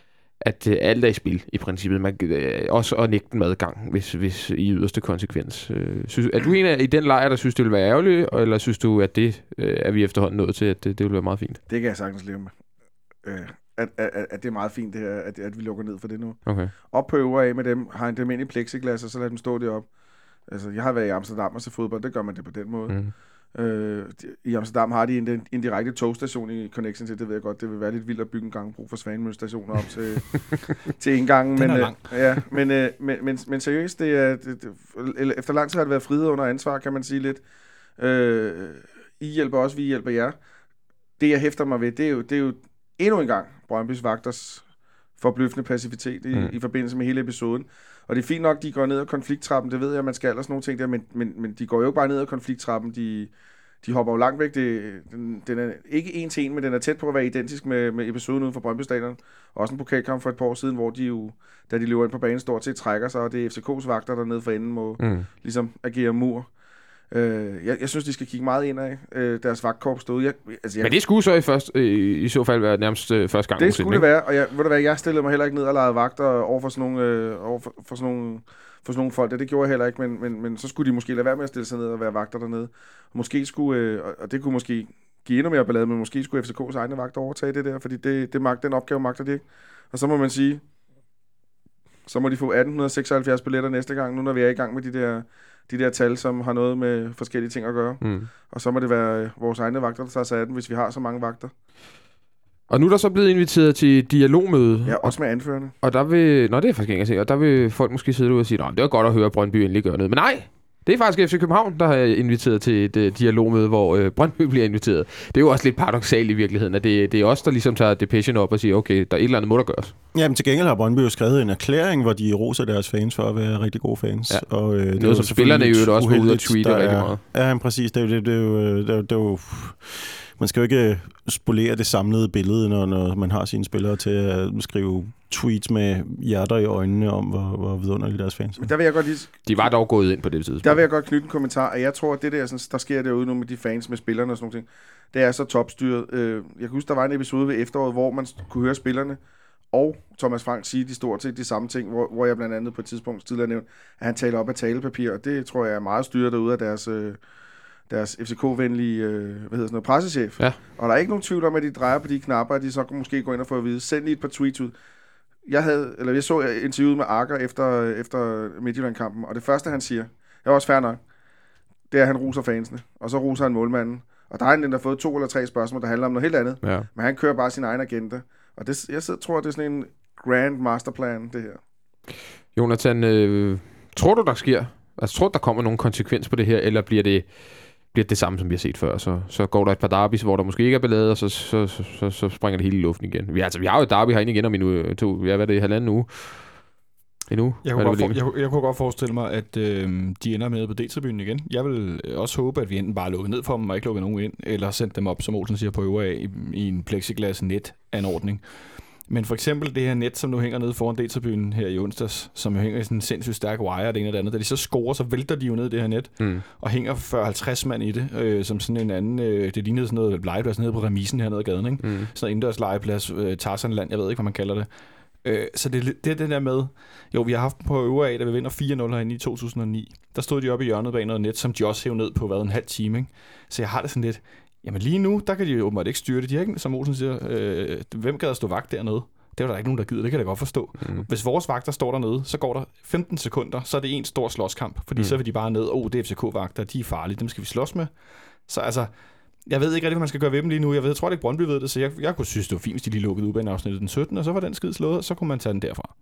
at øh, alt er i spil i princippet. Man, øh, også at nægte en adgang, hvis, hvis i yderste konsekvens. Øh, synes, er du en af i den lejr, der synes, det vil være ærgerligt, eller synes du, at det øh, er vi efterhånden nået til, at det, det vil være meget fint? Det kan jeg sagtens leve med. Øh, at, at, at det er meget fint, det her, at, at vi lukker ned for det nu. Okay. Op på øvre af med dem, har en dem ind i plexiglas, og så lad dem stå deroppe. Altså, jeg har været i Amsterdam og se fodbold, det gør man det på den måde. Mm. Øh, I Amsterdam har de en, en direkte togstation i connection til, det ved jeg godt, det vil være lidt vildt at bygge en gangbro fra Svanemøllestationer op til, til indgangen. Men, øh, ja, men, øh, men, men, men seriøst, det er, det, det, efter lang tid har det været frihed under ansvar, kan man sige lidt. Øh, I hjælper også, vi hjælper jer. Det, jeg hæfter mig ved, det er jo, det er jo endnu en gang Brøndbys vagters forbløffende passivitet i, mm. i forbindelse med hele episoden. Og det er fint nok, de går ned ad konflikttrappen, det ved jeg, man skal og sådan nogle ting der, men, men, men de går jo ikke bare ned ad konflikttrappen, de, de hopper jo langt væk. Det, den, den er ikke en til en, men den er tæt på at være identisk med, med episoden uden for Brøndby Stadion. Også en pokalkamp for et par år siden, hvor de jo, da de løber ind på banen, stort set trækker sig, og det er F C K's vagter, der nede for enden må mm. ligesom agere mur. Uh, jeg, jeg synes, de skal kigge meget ind af uh, deres vagtkorps derude. Jeg, altså, jeg, Men det skulle så i, først, øh, i så fald være nærmest øh, første gang. Det skulle det være, og jeg, ved du hvad, jeg stillede mig heller ikke ned og legede vagter over for sådan nogle, øh, over for, for sådan nogle, for sådan nogle folk. Det, det gjorde jeg heller ikke, men, men, men så skulle de måske lade være med at stille sig ned og være vagter dernede. Og måske skulle, øh, og det kunne måske give endnu mere ballade, men måske skulle F C K's egne vagter overtage det der, fordi det, det magt, den opgave magter de ikke. Og så må man sige, Så må de få atten seksoghalvfjerds billetter næste gang, nu når vi er i gang med de der, de der tal, som har noget med forskellige ting at gøre. Mm. Og så må det være vores egne vagter, der tager sig af den, hvis vi har så mange vagter. Og nu er der så blevet inviteret til dialogmøde. Ja, også med anførerne. Og der vil... Nå, det er faktisk ikke at se. Og der vil folk måske sidde ud og sige, nej, det var godt at høre, at Brøndby endelig gør noget. Men nej, det er faktisk F C København, der har inviteret til et uh, dialogmøde, hvor uh, Brøndby bliver inviteret. Det er jo også lidt paradoksalt i virkeligheden, at det, det er os, der ligesom tager depechen op og siger, okay, der er et eller andet må der gøres. Jamen til gengæld har Brøndby jo skrevet en erklæring, hvor de roser deres fans for at være rigtig gode fans. Ja. Og, øh, noget, som spillerne jo også må ud og tweete rigtig meget. Ja, præcis. Det er jo... Det, det, det, det, det, det, man skal jo ikke spolere det samlede billede, når, når man har sine spillere til at skrive tweets med hjerter i øjnene om, hvor, hvor vidunderlige deres fans. Men der vil jeg godt lige... De var dog gået ind på det tidspunkt. Der vil jeg godt knytte en kommentar, at jeg tror, at det der, sådan, der sker derude nu med de fans, med spillerne og sådan noget, det er så topstyret. Jeg kan huske, der var en episode ved efteråret, hvor man kunne høre spillerne og Thomas Frank sige de stort set de samme ting, hvor, hvor jeg blandt andet på et tidspunkt tidligere nævnt, at han taler op af talepapir, og det tror jeg er meget styret derude af deres... deres F C K-venlige, øh, hvad hedder sådan noget, pressechef. Ja. Og der er ikke nogen tvivl om, at de drejer på de knapper, at de så måske gå ind og få at vide, send lige et par tweets ud. Jeg havde, eller jeg så interviewet med Arker efter, efter Midtjylland-kampen, og det første, han siger, jeg var også fair nok, det er, at han roser fansene, og så roser han målmanden. Og der har han endda fået to eller tre spørgsmål, der handler om noget helt andet. Ja. Men han kører bare sin egen agenda. Og det, jeg tror, det er sådan en grand masterplan, det her. Jonathan, øh, tror du, der sker? Altså, tror du, der kommer nogen konsekvens på det her, eller bliver det bliver det samme, som vi har set før? Så, så går der et par derbys, hvor der måske ikke er ballade, og så, så, så, så, så springer det hele i luften igen. Vi, altså, vi har jo et derby herinde igen om en uge, to, ja, hvad er det, halvanden uge? En uge? Jeg kunne, godt for, jeg, jeg kunne godt forestille mig, at øh, de ender med på D-tribunen igen. Jeg vil også håbe, at vi enten bare lukker ned for dem, og ikke lukker nogen ind, eller sender dem op, som Olsen siger, på øvre af, i, i en plexiglas-net-anordning. Men for eksempel det her net, som nu hænger nede foran D-tribunen her i onsdags, som jo hænger i sådan en sindssygt stærk wire, det ene og det andet. Da de så scorer, så vælter de jo ned i det her net, mm. og hænger fyrre halvtreds mand i det, øh, som sådan en anden, øh, det lignede sådan noget legeplads nede på remisen hernede ad gaden, ikke? Mm. Sådan noget indendørs legeplads, øh, Tarzanland, jeg ved ikke, hvad man kalder det. Øh, så det, det er det der med, jo, vi har haft dem på øvre af, da vi vinder fire nul herinde i to tusind og ni. Der stod de oppe i hjørnet bag noget net, som de også hævde ned på, hvad, en halv time, ikke? Så jeg har det sådan lidt, jamen lige nu, der kan de jo åbenbart ikke styre det. De har ikke, som Olsen siger, øh, hvem gad at stå vagt dernede? Det er der ikke nogen, der gider. Det kan jeg da godt forstå. Mm. Hvis vores vagter står dernede, så går der femten sekunder, så er det en stor slåskamp. Fordi mm. så vil de bare ned, åh, oh, det er F C K-vagter, de er farlige, dem skal vi slås med. Så altså, jeg ved ikke rigtig, hvad man skal gøre ved dem lige nu. Jeg, ved, jeg tror ikke, Brøndby ved det, så jeg, jeg kunne synes, det var fint, hvis de lige lukkede ud af afsnittet den syttende, og så var den skid slået, og så kunne man tage den derfra.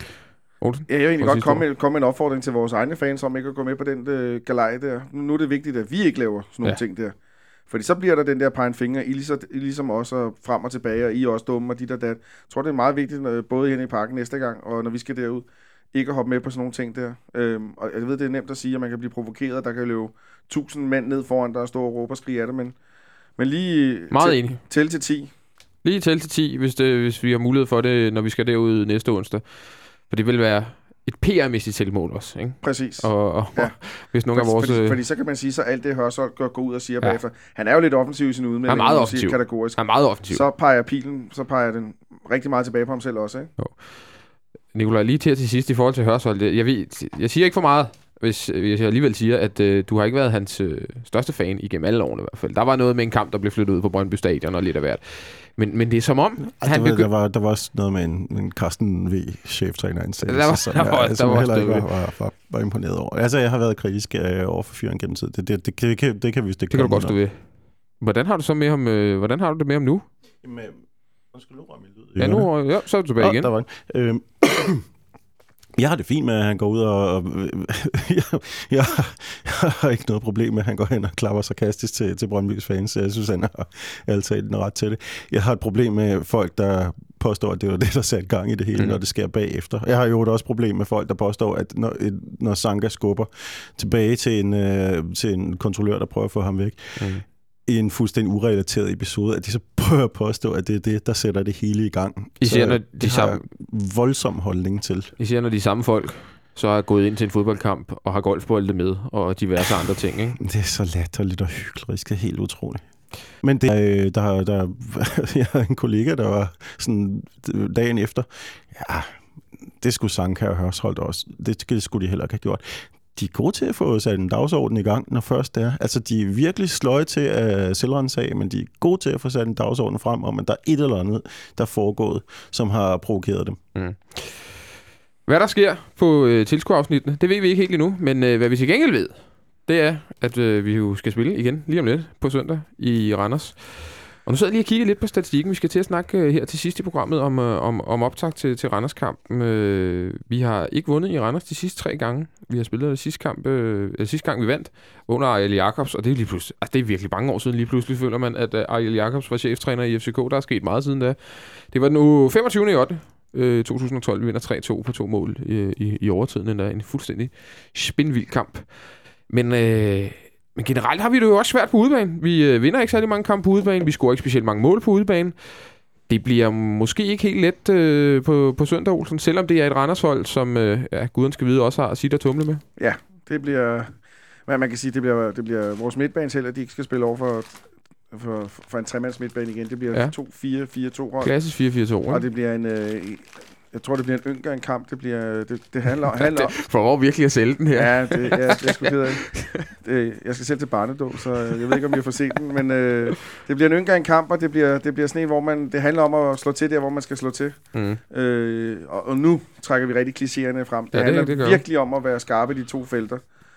Olsen? Jeg vil egentlig godt komme med, komme med en opfordring til vores egne fans, om ikke at gå med på den øh, galej der. Nu, nu er det vigtigt, at vi ikke laver sådan nogle ja. ting der. Fordi så bliver der den der pegen fingre, I ligesom, I ligesom også frem og tilbage, og I er også dumme, og dit og dat. Jeg tror, det er meget vigtigt, både hen i parken næste gang, og når vi skal derud, ikke at hoppe med på sådan nogle ting der. Øhm, og jeg ved, det er nemt at sige, at man kan blive provokeret, der kan løbe tusind mænd ned foran, der og stå og råbe og skrige af det, men, men lige meget enig. Tæl til ti. Lige tæl til ti, hvis, det, hvis vi har mulighed for det, når vi skal derud næste onsdag. For det vil være et P R-mæssigt tilmål også, ikke? Præcis. Og, og ja. hvis nogle fordi, af vores... Fordi, fordi så kan man sige, så alt det Hørsholm går, går ud og siger ja. bagefter. Han er jo lidt offensiv i sin udmelding. Han er meget offensiv. Kategorisk. Han er meget offensiv. Så peger pilen, så peger den rigtig meget tilbage på ham selv også, ikke? Jo. Nikolaj, lige til til sidst i forhold til Hørsholm. Jeg, ved, jeg siger ikke for meget, hvis, hvis jeg alligevel siger, at øh, du har ikke været hans øh, største fan igennem alle årene i hvert fald. Der var noget med en kamp, der blev flyttet ud på Brøndby Stadion og lidt af hvert. Men, men det er som om... Altså, han begy- der, var, der var også noget med en, en Carsten V. cheftræner indsat. Der var, så, der var, jeg, der var, heller ikke var, var, var, var imponeret over. Altså, jeg har været kritisk øh, over for fyren gennem tid. Det, det, det, det, kan, det kan vi stikke. Det kan du godt stå ved. Hvordan har du så med ham, øh, hvordan har du det med ham nu? Jamen, nu skal du ramme lyd. Ja, nu ja, så er du tilbage oh, igen. Der var øhm, jeg har det fint med, at han går ud og... og jeg, jeg har ikke noget problem med, at han går hen og klapper sarkastisk til, til Brøndby's fans. Jeg synes, han har altid den ret til det. Jeg har et problem med folk, der påstår, at det var det, der satte gang i det hele, mm. når det sker bagefter. Jeg har jo også et problem med folk, der påstår, at når, når Sanka skubber tilbage til en, øh, til en kontrollør, der prøver at få ham væk, mm. i en fuldstændig urelateret episode, at de så prøver at påstå, at det er det, der sætter det hele i gang. I siger, når de det samme... har voldsom holdning til. I siger, når de samme folk så er gået ind til en fodboldkamp og har golfbolde med og diverse andre ting, ikke? Det er så latterligt og hyklerisk. Det er helt utroligt. Men det, der, der, der, jeg havde en kollega, der var sådan dagen efter, ja, det skulle Sanka og Hørsholm også. Det, det skulle de heller ikke have gjort. De er gode til at få sat en dagsorden i gang, når først det er. Altså, de er virkelig sløje til at selvrense, men de er gode til at få sat en dagsorden frem om, at der er et eller andet, der er foregået, som har provokeret dem. Mm. Hvad der sker på øh, tilskuerafsnittene, det ved vi ikke helt endnu, men øh, hvad vi til gengæld ved, det er, at øh, vi jo skal spille igen lige om lidt på søndag i Randers. Og nu sidder jeg lige og kigger lidt på statistikken. Vi skal til at snakke øh, her til sidst i programmet om, øh, om, om optakt til, til Randers-kampen. Øh, vi har ikke vundet i Randers de sidste tre gange. Vi har spillet sidste, kamp, øh, sidste gang, vi vandt under Ariel Jacobs, og det er, lige pludselig, altså, det er virkelig mange år siden. Lige pludselig føler man, at uh, Ariel Jacobs var cheftræner i F C K. Der er sket meget siden da. Det var den femogtyvende ottende Øh, to tusind og tolv. Vi vinder tre to på to mål i, i, i overtiden. Endda en fuldstændig spinvild kamp. Men... Øh, Men generelt har vi det jo også svært på udebane. Vi øh, vinder ikke særlig mange kampe på udebane. Vi scorer ikke specielt mange mål på udebane. Det bliver måske ikke helt let øh, på, på søndag, Olsen, selvom det er et Randershold, som øh, ja, guden skal vide også har sit at tumle med. Ja, det bliver... Hvad man kan sige, det bliver, det bliver vores midtbanes held, at de ikke skal spille over for, for, for en tremands midtbane igen. Det bliver Ja. to fire fire to hold. Klassisk fire fire to. Og det bliver en... Øh, jeg tror, det bliver en yngre en kamp. Det, bliver, det, det handler, handler om... For virkelig at sælge den her. Ja, det, ja, det er sgu ked af. Det, jeg skal selv til barnedåb, så jeg ved ikke, om jeg får set den. Men øh, det bliver en yngre en kamp, og det bliver, det bliver sådan en, hvor man... Det handler om at slå til der, hvor man skal slå til. Mm. Øh, og, og nu trækker vi rigtig klichéerne frem. Det, Ja, det- handler det gør virkelig om at være skarpe i de to felter.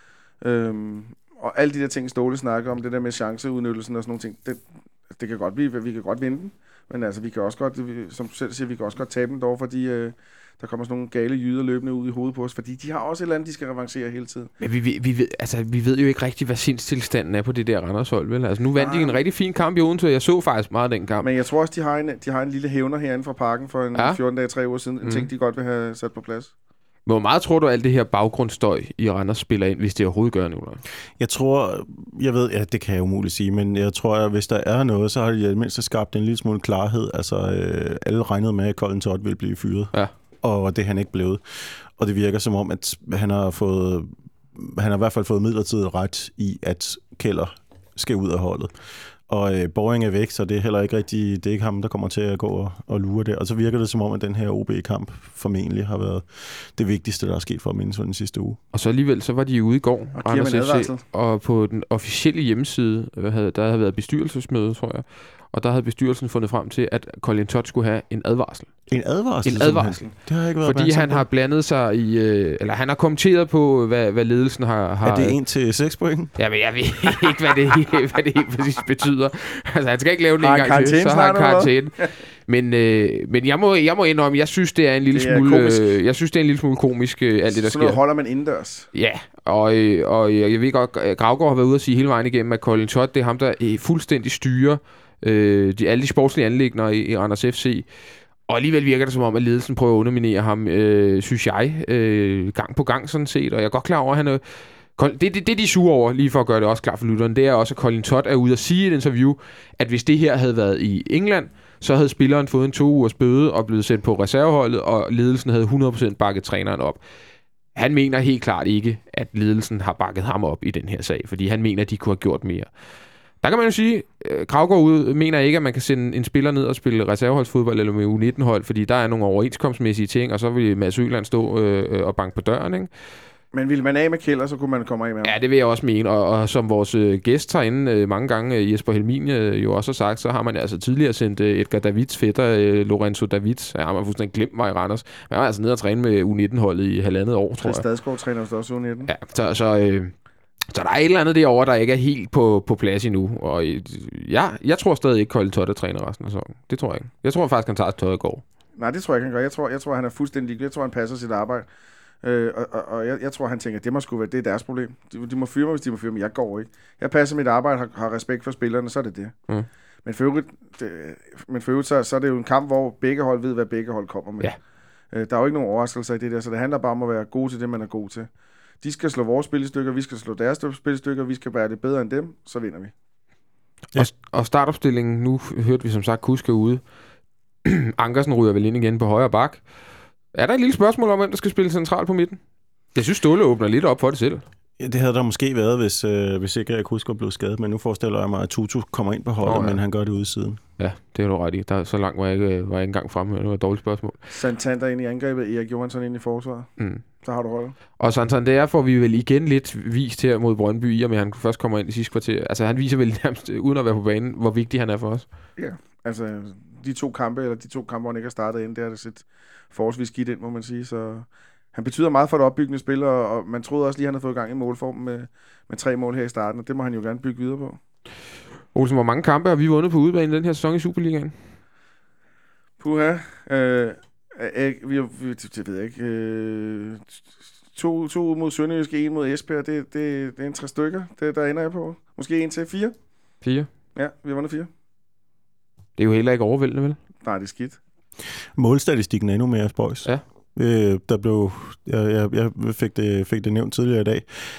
Øhm, og alle de der ting, Ståle snakker om, det der med chanceudnyttelsen og sådan nogle ting, det, det kan godt blive, vi kan godt vinde den. Men altså, vi kan også godt, vi- som du selv siger, vi kan også godt tabe den dog, fordi øh, der kommer sådan nogle gale jyder løbende ud i hovedet på os, fordi de har også et eller andet, de skal revancere hele tiden. Men vi, vi, vi, ved, altså, vi ved jo ikke rigtig, hvad sindstilstanden er på det der Randershold, vel? Altså, nu vandt de Nej. en rigtig fin kamp i Odense, og jeg så faktisk meget af den kamp. Men jeg tror også, de har en, de har en lille hævner herinde fra parken for en Ja. fjorten dage, tre uger siden. En Mhm. ting, de godt vil have sat på plads. Men hvor meget tror du, at alt det her baggrundsstøj i Randers spiller ind, hvis det overhovedet gør nu? Eller? Jeg tror, jeg ved, ja, det kan jeg umuligt sige, men jeg tror, at hvis der er noget, så har de i det mindste skabt en lille smule klarhed. Altså, øh, alle regnede med, at Colin Todd ville blive fyret, Ja. og det er han ikke blevet. Og det virker som om, at han har fået, han har i hvert fald fået midlertidigt ret i, at Keller skal ud af holdet. Og øh, Boring er væk, så det er heller ikke rigtig, det er ikke ham, der kommer til at gå og, og lure det. Og så virker det som om, at den her O B-kamp formentlig har været det vigtigste, der er sket for at mindes for den sidste uge. Og så alligevel, så var de ude i går, Og giver man Randers F C, advarsel. og på den officielle hjemmeside, hvad havde, der havde været bestyrelsesmøde, tror jeg, og der havde bestyrelsen fundet frem til, at Colin Todd skulle have en advarsel. En advarsel? En simpelthen. advarsel. Det har jeg ikke været Fordi opmærksom han på. har blandet sig i, øh, eller han har kommenteret på, hvad, hvad ledelsen har... har Er det en til seks point? Ja, men jeg ved ikke, hvad det, hvad det helt præcis betyder. Altså, han skal ikke lave det en Har han gang til, karantæne så har han snart, eller karantæne. Men, øh, men jeg, må, jeg må indrømme, jeg synes, det er en lille Det er smule... komisk. Øh, jeg synes, det er en lille smule komisk, øh, alt det, der Sådan noget sker. holder man indendørs. Ja, og, øh, og jeg ved godt, at Gravgaard har været ude og sige hele vejen igennem, at Colin Todd, det er ham, der øh, fuldstændig styrer øh, de, alle de sportslige anliggender i, i Randers F C. Og alligevel virker det som om, at ledelsen prøver at underminere ham, øh, synes jeg, øh, gang på gang sådan set. Og jeg er godt klar over, at han er... Det, det, det, de er sure over, lige for at gøre det også klart for lytteren, det er også, at Colin Todd er ude at sige i et interview, at hvis det her havde været i England, så havde spilleren fået en to ugers bøde og blevet sendt på reserveholdet, og ledelsen havde hundrede procent bakket træneren op. Han mener helt klart ikke, at ledelsen har bakket ham op i den her sag, fordi han mener, at de kunne have gjort mere. Der kan man jo sige, at Gravgaard ud mener ikke, at man kan sende en spiller ned og spille reserveholdsfodbold eller med U nitten-hold, fordi der er nogle overenskomstmæssige ting, og så vil Mads Øland stå øh, og banke på døren, ikke? Men ville man af med Keller, så kunne man komme af med ham. Ja, det vil jeg også mene, og, og som vores øh, gæst herinde øh, mange gange, øh, Jesper Helmin, øh, jo også har sagt, så har man altså tidligere sendt øh, Edgar Davids fætter, øh, Lorenzo Davids, ja, han har fuldstændig glemt mig i Randers, men han var altså nede og træne med U nitten-holdet i halvandet år, tror Chris jeg. Stadsgaard træner vist også U nitten. Ja, så, så, øh, så der er et eller andet derovre, der ikke er helt på, på plads endnu, og øh, ja, jeg tror stadig ikke, Colin Todd er træner resten af sæsonen. Det tror jeg ikke. Jeg tror faktisk, han tager Todd i går. Nej, det tror jeg ikke, han gør. Jeg tror, jeg tror han er fuldstændig ligeglad. Jeg tror, han passer sit arbejde. Øh, og og, og jeg, jeg tror, han tænker, at det må sgu være, det er deres problem. De, de må fyre mig, hvis de må fyre mig. Jeg går ikke. Jeg passer mit arbejde, har, har respekt for spillerne, så er det det. Mm. Men for øvrigt, det, men for øvrigt så, så er det jo en kamp, hvor begge hold ved, hvad begge hold kommer med. Ja. Øh, der er jo ikke nogen overraskelser i det der, så det handler bare om at være god til det, man er god til. De skal slå vores spillestykker, vi skal slå deres spillestykker, vi skal være det bedre end dem, så vinder vi. Ja. Og, og startopstillingen, nu hørte vi som sagt Kuske ude. Ankersen ryger vel ind igen på højre bak. Er der et lille spørgsmål om, hvem der skal spille centralt på midten? Jeg synes, Ståle åbner lidt op for det selv. Ja, det havde der måske været, hvis, øh, hvis ikke Erik Husker blev skadet, men nu forestiller jeg mig, at Tutu kommer ind på holdet, Nå, ja. men han gør det ude i siden. Ja, det er du ret i. Der, så langt var jeg ikke, var jeg ikke engang fremme. Det var et dårligt spørgsmål. Santander ind i angrebet, Erik Johansson ind i forsvaret. Mm. Så har du rollet. Og Santander får vi vel igen lidt vist her mod Brøndby, i og med at han først kommer ind i sidste kvarter. Altså han viser vel nærmest, uden at være på banen, hvor vigtig han er for os. Ja, altså de to kampe, eller de to kampe, hvor han ikke har startet ind, det har det set forholdsvis skidt ind, må man sige. Så han betyder meget for det opbyggende spil, og, og man troede også lige, at han havde fået gang i målformen med, med tre mål her i starten, og det må han jo gerne bygge videre på. Olsen, hvor mange kampe har vi vundet på udebane i den her sæson i Superligaen? Puha. Øh, øh, vi, vi, det ved jeg ikke. Øh, to, to mod Sønderjyske, en mod Esbjerg, det, det, det er en tre stykker, det, der ender jeg på. Måske en til fire. Fire? Ja, vi har vundet fire. Det er jo heller ikke overvældende, vel? Nej, det er skidt. Målstatistikken er endnu mere spøjs. Ja. Øh, der blev, jeg, jeg, jeg fik, det, fik det nævnt tidligere i dag.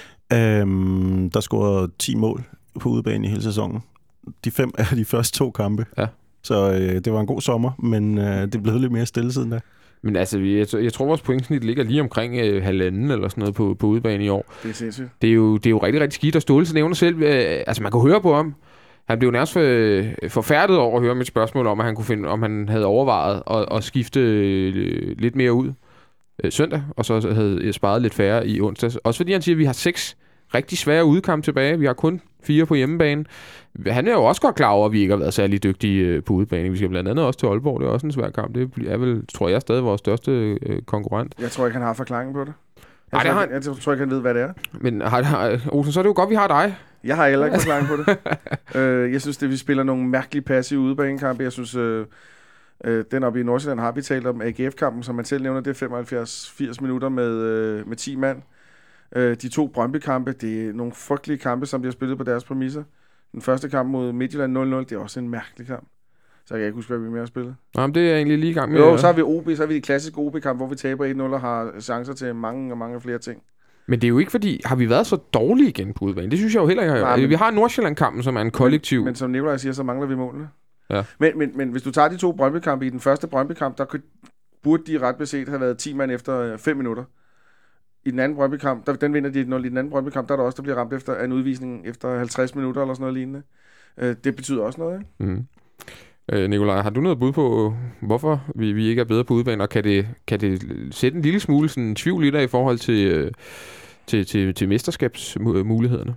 Øhm, der scorede ti mål på udebane i hele sæsonen. De fem er de første to kampe. Ja. Så øh, det var en god sommer, men øh, det blev lidt mere stille siden da. Men altså, jeg, jeg tror, vores pointsnit ligger lige omkring øh, halvanden eller sådan noget på, på udebane i år. Det er sindssygt. Det er jo, det er jo rigtig, rigtig skidt, og Ståle nævner selv, øh, altså man kan høre på ham. Han blev nærmest øh, forfærdet over at høre mit spørgsmål om, at han kunne finde, om han havde overvejet at, at skifte øh, lidt mere ud øh, søndag, og så havde sparet lidt færre i onsdags. Også fordi han siger, at vi har seks rigtig svære udkampe tilbage. Vi har kun fire på hjemmebane. Han er jo også godt klar over, at vi ikke har været særlig dygtige på udebane. Vi skal blandt andet også til Aalborg. Det er også en svær kamp. Det er vel, tror jeg, stadig vores største øh, konkurrent. Jeg tror ikke, han har forklaringen på det. Jeg, Ej, tror, det han... jeg, jeg tror ikke, han ved, hvad det er. Men har, har, Olsen, så er det jo godt, vi har dig. Jeg har heller ikke forklaring på det. øh, jeg synes, at vi spiller nogle mærkelige passive udebanekampe. Jeg synes, øh, øh, den oppe i Nordsjælland har vi talt om. A G F-kampen, som man selv nævner, det er femoghalvfjerds til firs minutter med, øh, med ti mand. Øh, de to Brøndby-kampe, det er nogle frygtelige kampe, som de har spillet på deres præmisser. Den første kamp mod Midtjylland nul nul, det er også en mærkelig kamp. Så jeg kan ikke huske, hvad vi mere har spillet. Nå, men det er jeg egentlig lige i gang med. Jo, så har vi O B, så har vi de klassiske O B-kamp, hvor vi taber et nul og har chancer til mange og mange flere ting. Men det er jo ikke fordi, har vi været så dårlige igen på udebane? Det synes jeg jo heller ikke. Nej, men... Vi har Nordsjælland-kampen, som er en kollektiv. Men, men som Nikolaj siger, så mangler vi målene. Ja. Men, men, men hvis du tager de to Brøndby-kampe, i den første Brøndby-kamp, der kunne, burde de ret beset have været ti mand efter fem minutter. I den anden Brøndby-kamp, der, den vinder de et nul. I den anden Brøndby-kamp, der er der også, der bliver ramt efter en udvisning efter halvtreds minutter eller sådan noget lignende. Øh, det betyder også noget, ikke? Mm. Øh, Nikolaj, har du noget bud på, hvorfor vi, vi ikke er bedre på udebane, og kan det, kan det sætte en lille smule sådan, tvivl i dig i forhold til, øh, til, til, til mesterskabsmulighederne?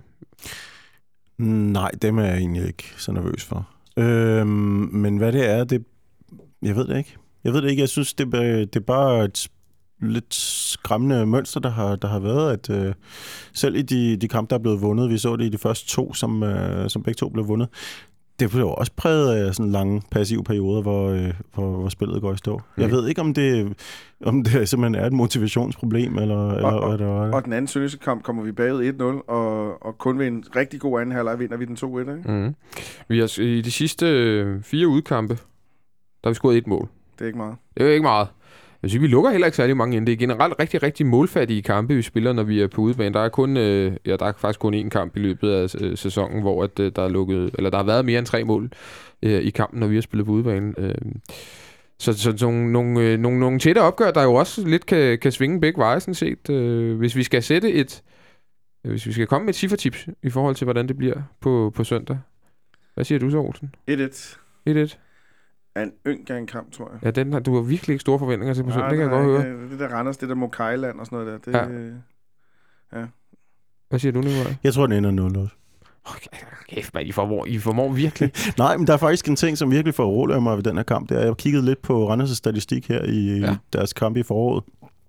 Nej, dem er jeg egentlig ikke så nervøs for. Øhm, men hvad det er, det... Jeg ved det ikke. Jeg ved det ikke. Jeg synes, det, det er bare et lidt skræmmende mønster, der har, der har været, at øh, selv i de, de kampe, der er blevet vundet, vi så det i de første to, som, øh, som begge to blev vundet, det blev også præget af sådan lange passive perioder, hvor, øh, hvor, hvor spillet går i stå. Mm. Jeg ved ikke, om det, om det simpelthen er et motivationsproblem, eller, og, eller og, hvad det var. Og den anden sønderjyske kamp kommer vi bagud et nul, og, og kun ved en rigtig god anden halvleg vinder vi den to et, ikke? Mm. Vi har i de sidste fire udkampe, der har vi scoret et mål. Det er ikke meget. Det er ikke meget. Jeg synes, vi lukker heller ikke særlig mange ind. Det er generelt rigtig, rigtig målfattige kampe, vi spiller, når vi er på udebane. Der er kun, øh, ja, der er faktisk kun én kamp i løbet af øh, sæsonen, hvor at, øh, der er lukket, eller der har været mere end tre mål øh, i kampen, når vi har spillet på udebane. Øh. Så, så, så nogle, nogle, øh, nogle, nogle tætte opgør, der jo også lidt kan, kan svinge begge veje, sådan set. Øh, hvis vi skal sætte et, øh, hvis vi skal komme med et ciffertips i forhold til, hvordan det bliver på, på søndag. Hvad siger du så, Olsen? et et. et et. Er en yngre kamp, tror jeg. Ja, den har, du har virkelig ikke store forventninger til på søndag, det kan jeg godt høre. Det der Randers, det der Mokailand og sådan noget der. Det, ja. ja. Hvad siger du, Nikolaj? Jeg tror, den ender nul nul. Okay, kæft, man, I formår, I formår virkelig. Nej, men der er faktisk en ting, som virkelig får roligt mig ved den her kamp. Det er, jeg har kigget lidt på Randers' statistik her i ja. deres kamp i foråret.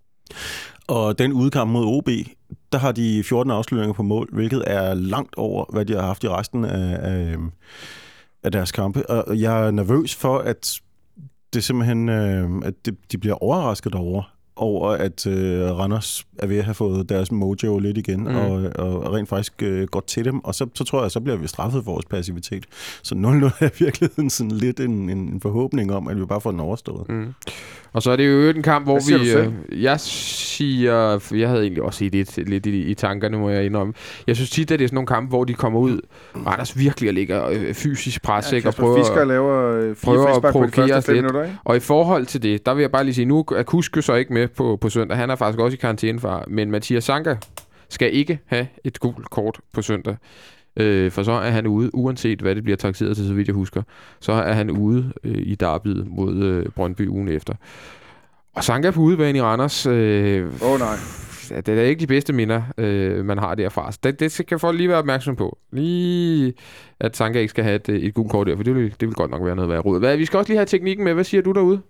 Og den udkamp mod O B, der har de fjorten afslutninger på mål, hvilket er langt over, hvad de har haft i resten af, af, af deres kampe. Og jeg er nervøs for, at det simpelthen, at de bliver overrasket over, over at øh, Randers er ved at have fået deres mojo lidt igen, mm. og, og rent faktisk øh, går til dem, og så, så tror jeg, så bliver vi straffet for vores passivitet. Så nul nul er virkelig sådan lidt en, en forhåbning om, at vi bare får den overstået. Mm. Og så er det jo en kamp, hvor vi... Øh, jeg siger... Jeg havde egentlig også set det lidt i, i tankerne, må jeg indrømme. Jeg synes tit, at det er sådan nogle kampe, hvor de kommer ud, Randers virkelig og ligger øh, fysisk pres, ja, og prøver, Fisker laver øh, prøver at provokere os lidt. Minutter, ikke? Og i forhold til det, der vil jeg bare lige sige, nu er Kusk så ikke med på, på søndag. Han er faktisk også i karantænefar. Men Mathias Sanka skal ikke have et gult kort på søndag. Øh, for så er han ude, uanset hvad det bliver takseret til, så vidt jeg husker. Så er han ude øh, i derbyet mod øh, Brøndby ugen efter. Og Sanka på udebane i Randers... Åh øh, oh, nej. Det er ikke de bedste minder, øh, man har derfra. Det, det skal folk lige være opmærksom på. Lige at Sanka ikke skal have et, et gult kort der, for det vil, det vil godt nok være noget værd råd. Hvad, vi skal også lige have teknikken med. Hvad siger du derude?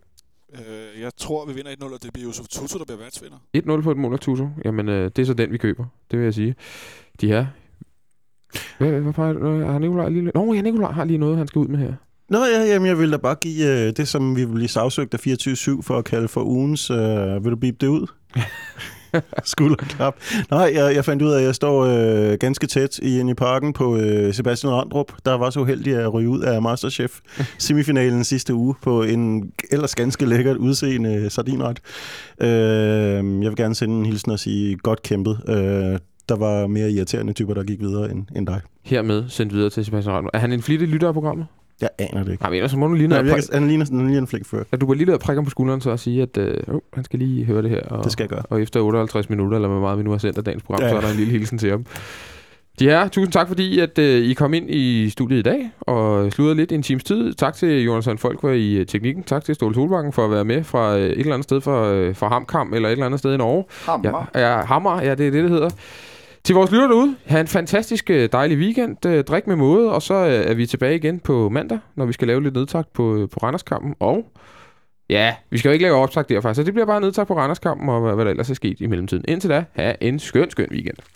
Øh, jeg tror, vi vinder et nul, og det bliver Yusuf Tutu, der bliver værtsvinder. et nul på et mål af Tutu. Jamen, øh, det er så den, vi køber. Det vil jeg sige. De her... Hvad, hvad peger, har Nikolaj lige... Nå, ja, Nikolaj har lige noget, han skal ud med her. Nå ja, jamen, jeg vil da bare give øh, det, som vi vil blive sagsøgt af fireogtyve syv for at kalde for ugens. Øh, vil du bibe det ud? Skulderklap. Nej, jeg, jeg fandt ud af, at jeg står øh, ganske tæt inde i parken på øh, Sebastian Randrup, der var så uheldig at ryge ud af Masterchef semifinalen sidste uge på en ellers ganske lækkert udseende sardinret. Øh, jeg vil gerne sende en hilsen og sige godt kæmpet. Øh, der var mere irriterende typer, der gik videre end, end dig. Hermed sendt videre til Sebastian Randrup. Er han en flittig lytter af programmet? Jeg aner det ikke. Nej, men ellers så må du lige ned Nej, og jeg, prik... han ligner, han ligner en flink før. Ja, du var lige ned og prikke ham på skulderen så og sige, at øh, oh, han skal lige høre det her. Og, det skal jeg gøre. Og efter otteoghalvtreds minutter, eller hvor meget vi nu har sendt af dagens program, ja. Så er der en lille hilsen til ham. De her, tusind tak fordi, at øh, I kom ind i studiet i dag og sludrede lidt i en times tid. Tak til Jonathan Folkvar i øh, teknikken. Tak til Ståle Solbakken for at være med fra øh, et eller andet sted fra, øh, fra Hamkam eller et eller andet sted i Norge. Hammer. Ja, ja, Hammer, ja, det er det, det hedder. Til vores lytter derude, have en fantastisk dejlig weekend. Drik med måde, og så er vi tilbage igen på mandag, når vi skal lave lidt nedtakt på, på Randerskampen. Og ja, vi skal jo ikke lave optakt derfra, så det bliver bare nedtakt på Randerskampen og hvad der ellers er sket i mellemtiden. Indtil da, have en skøn, skøn weekend.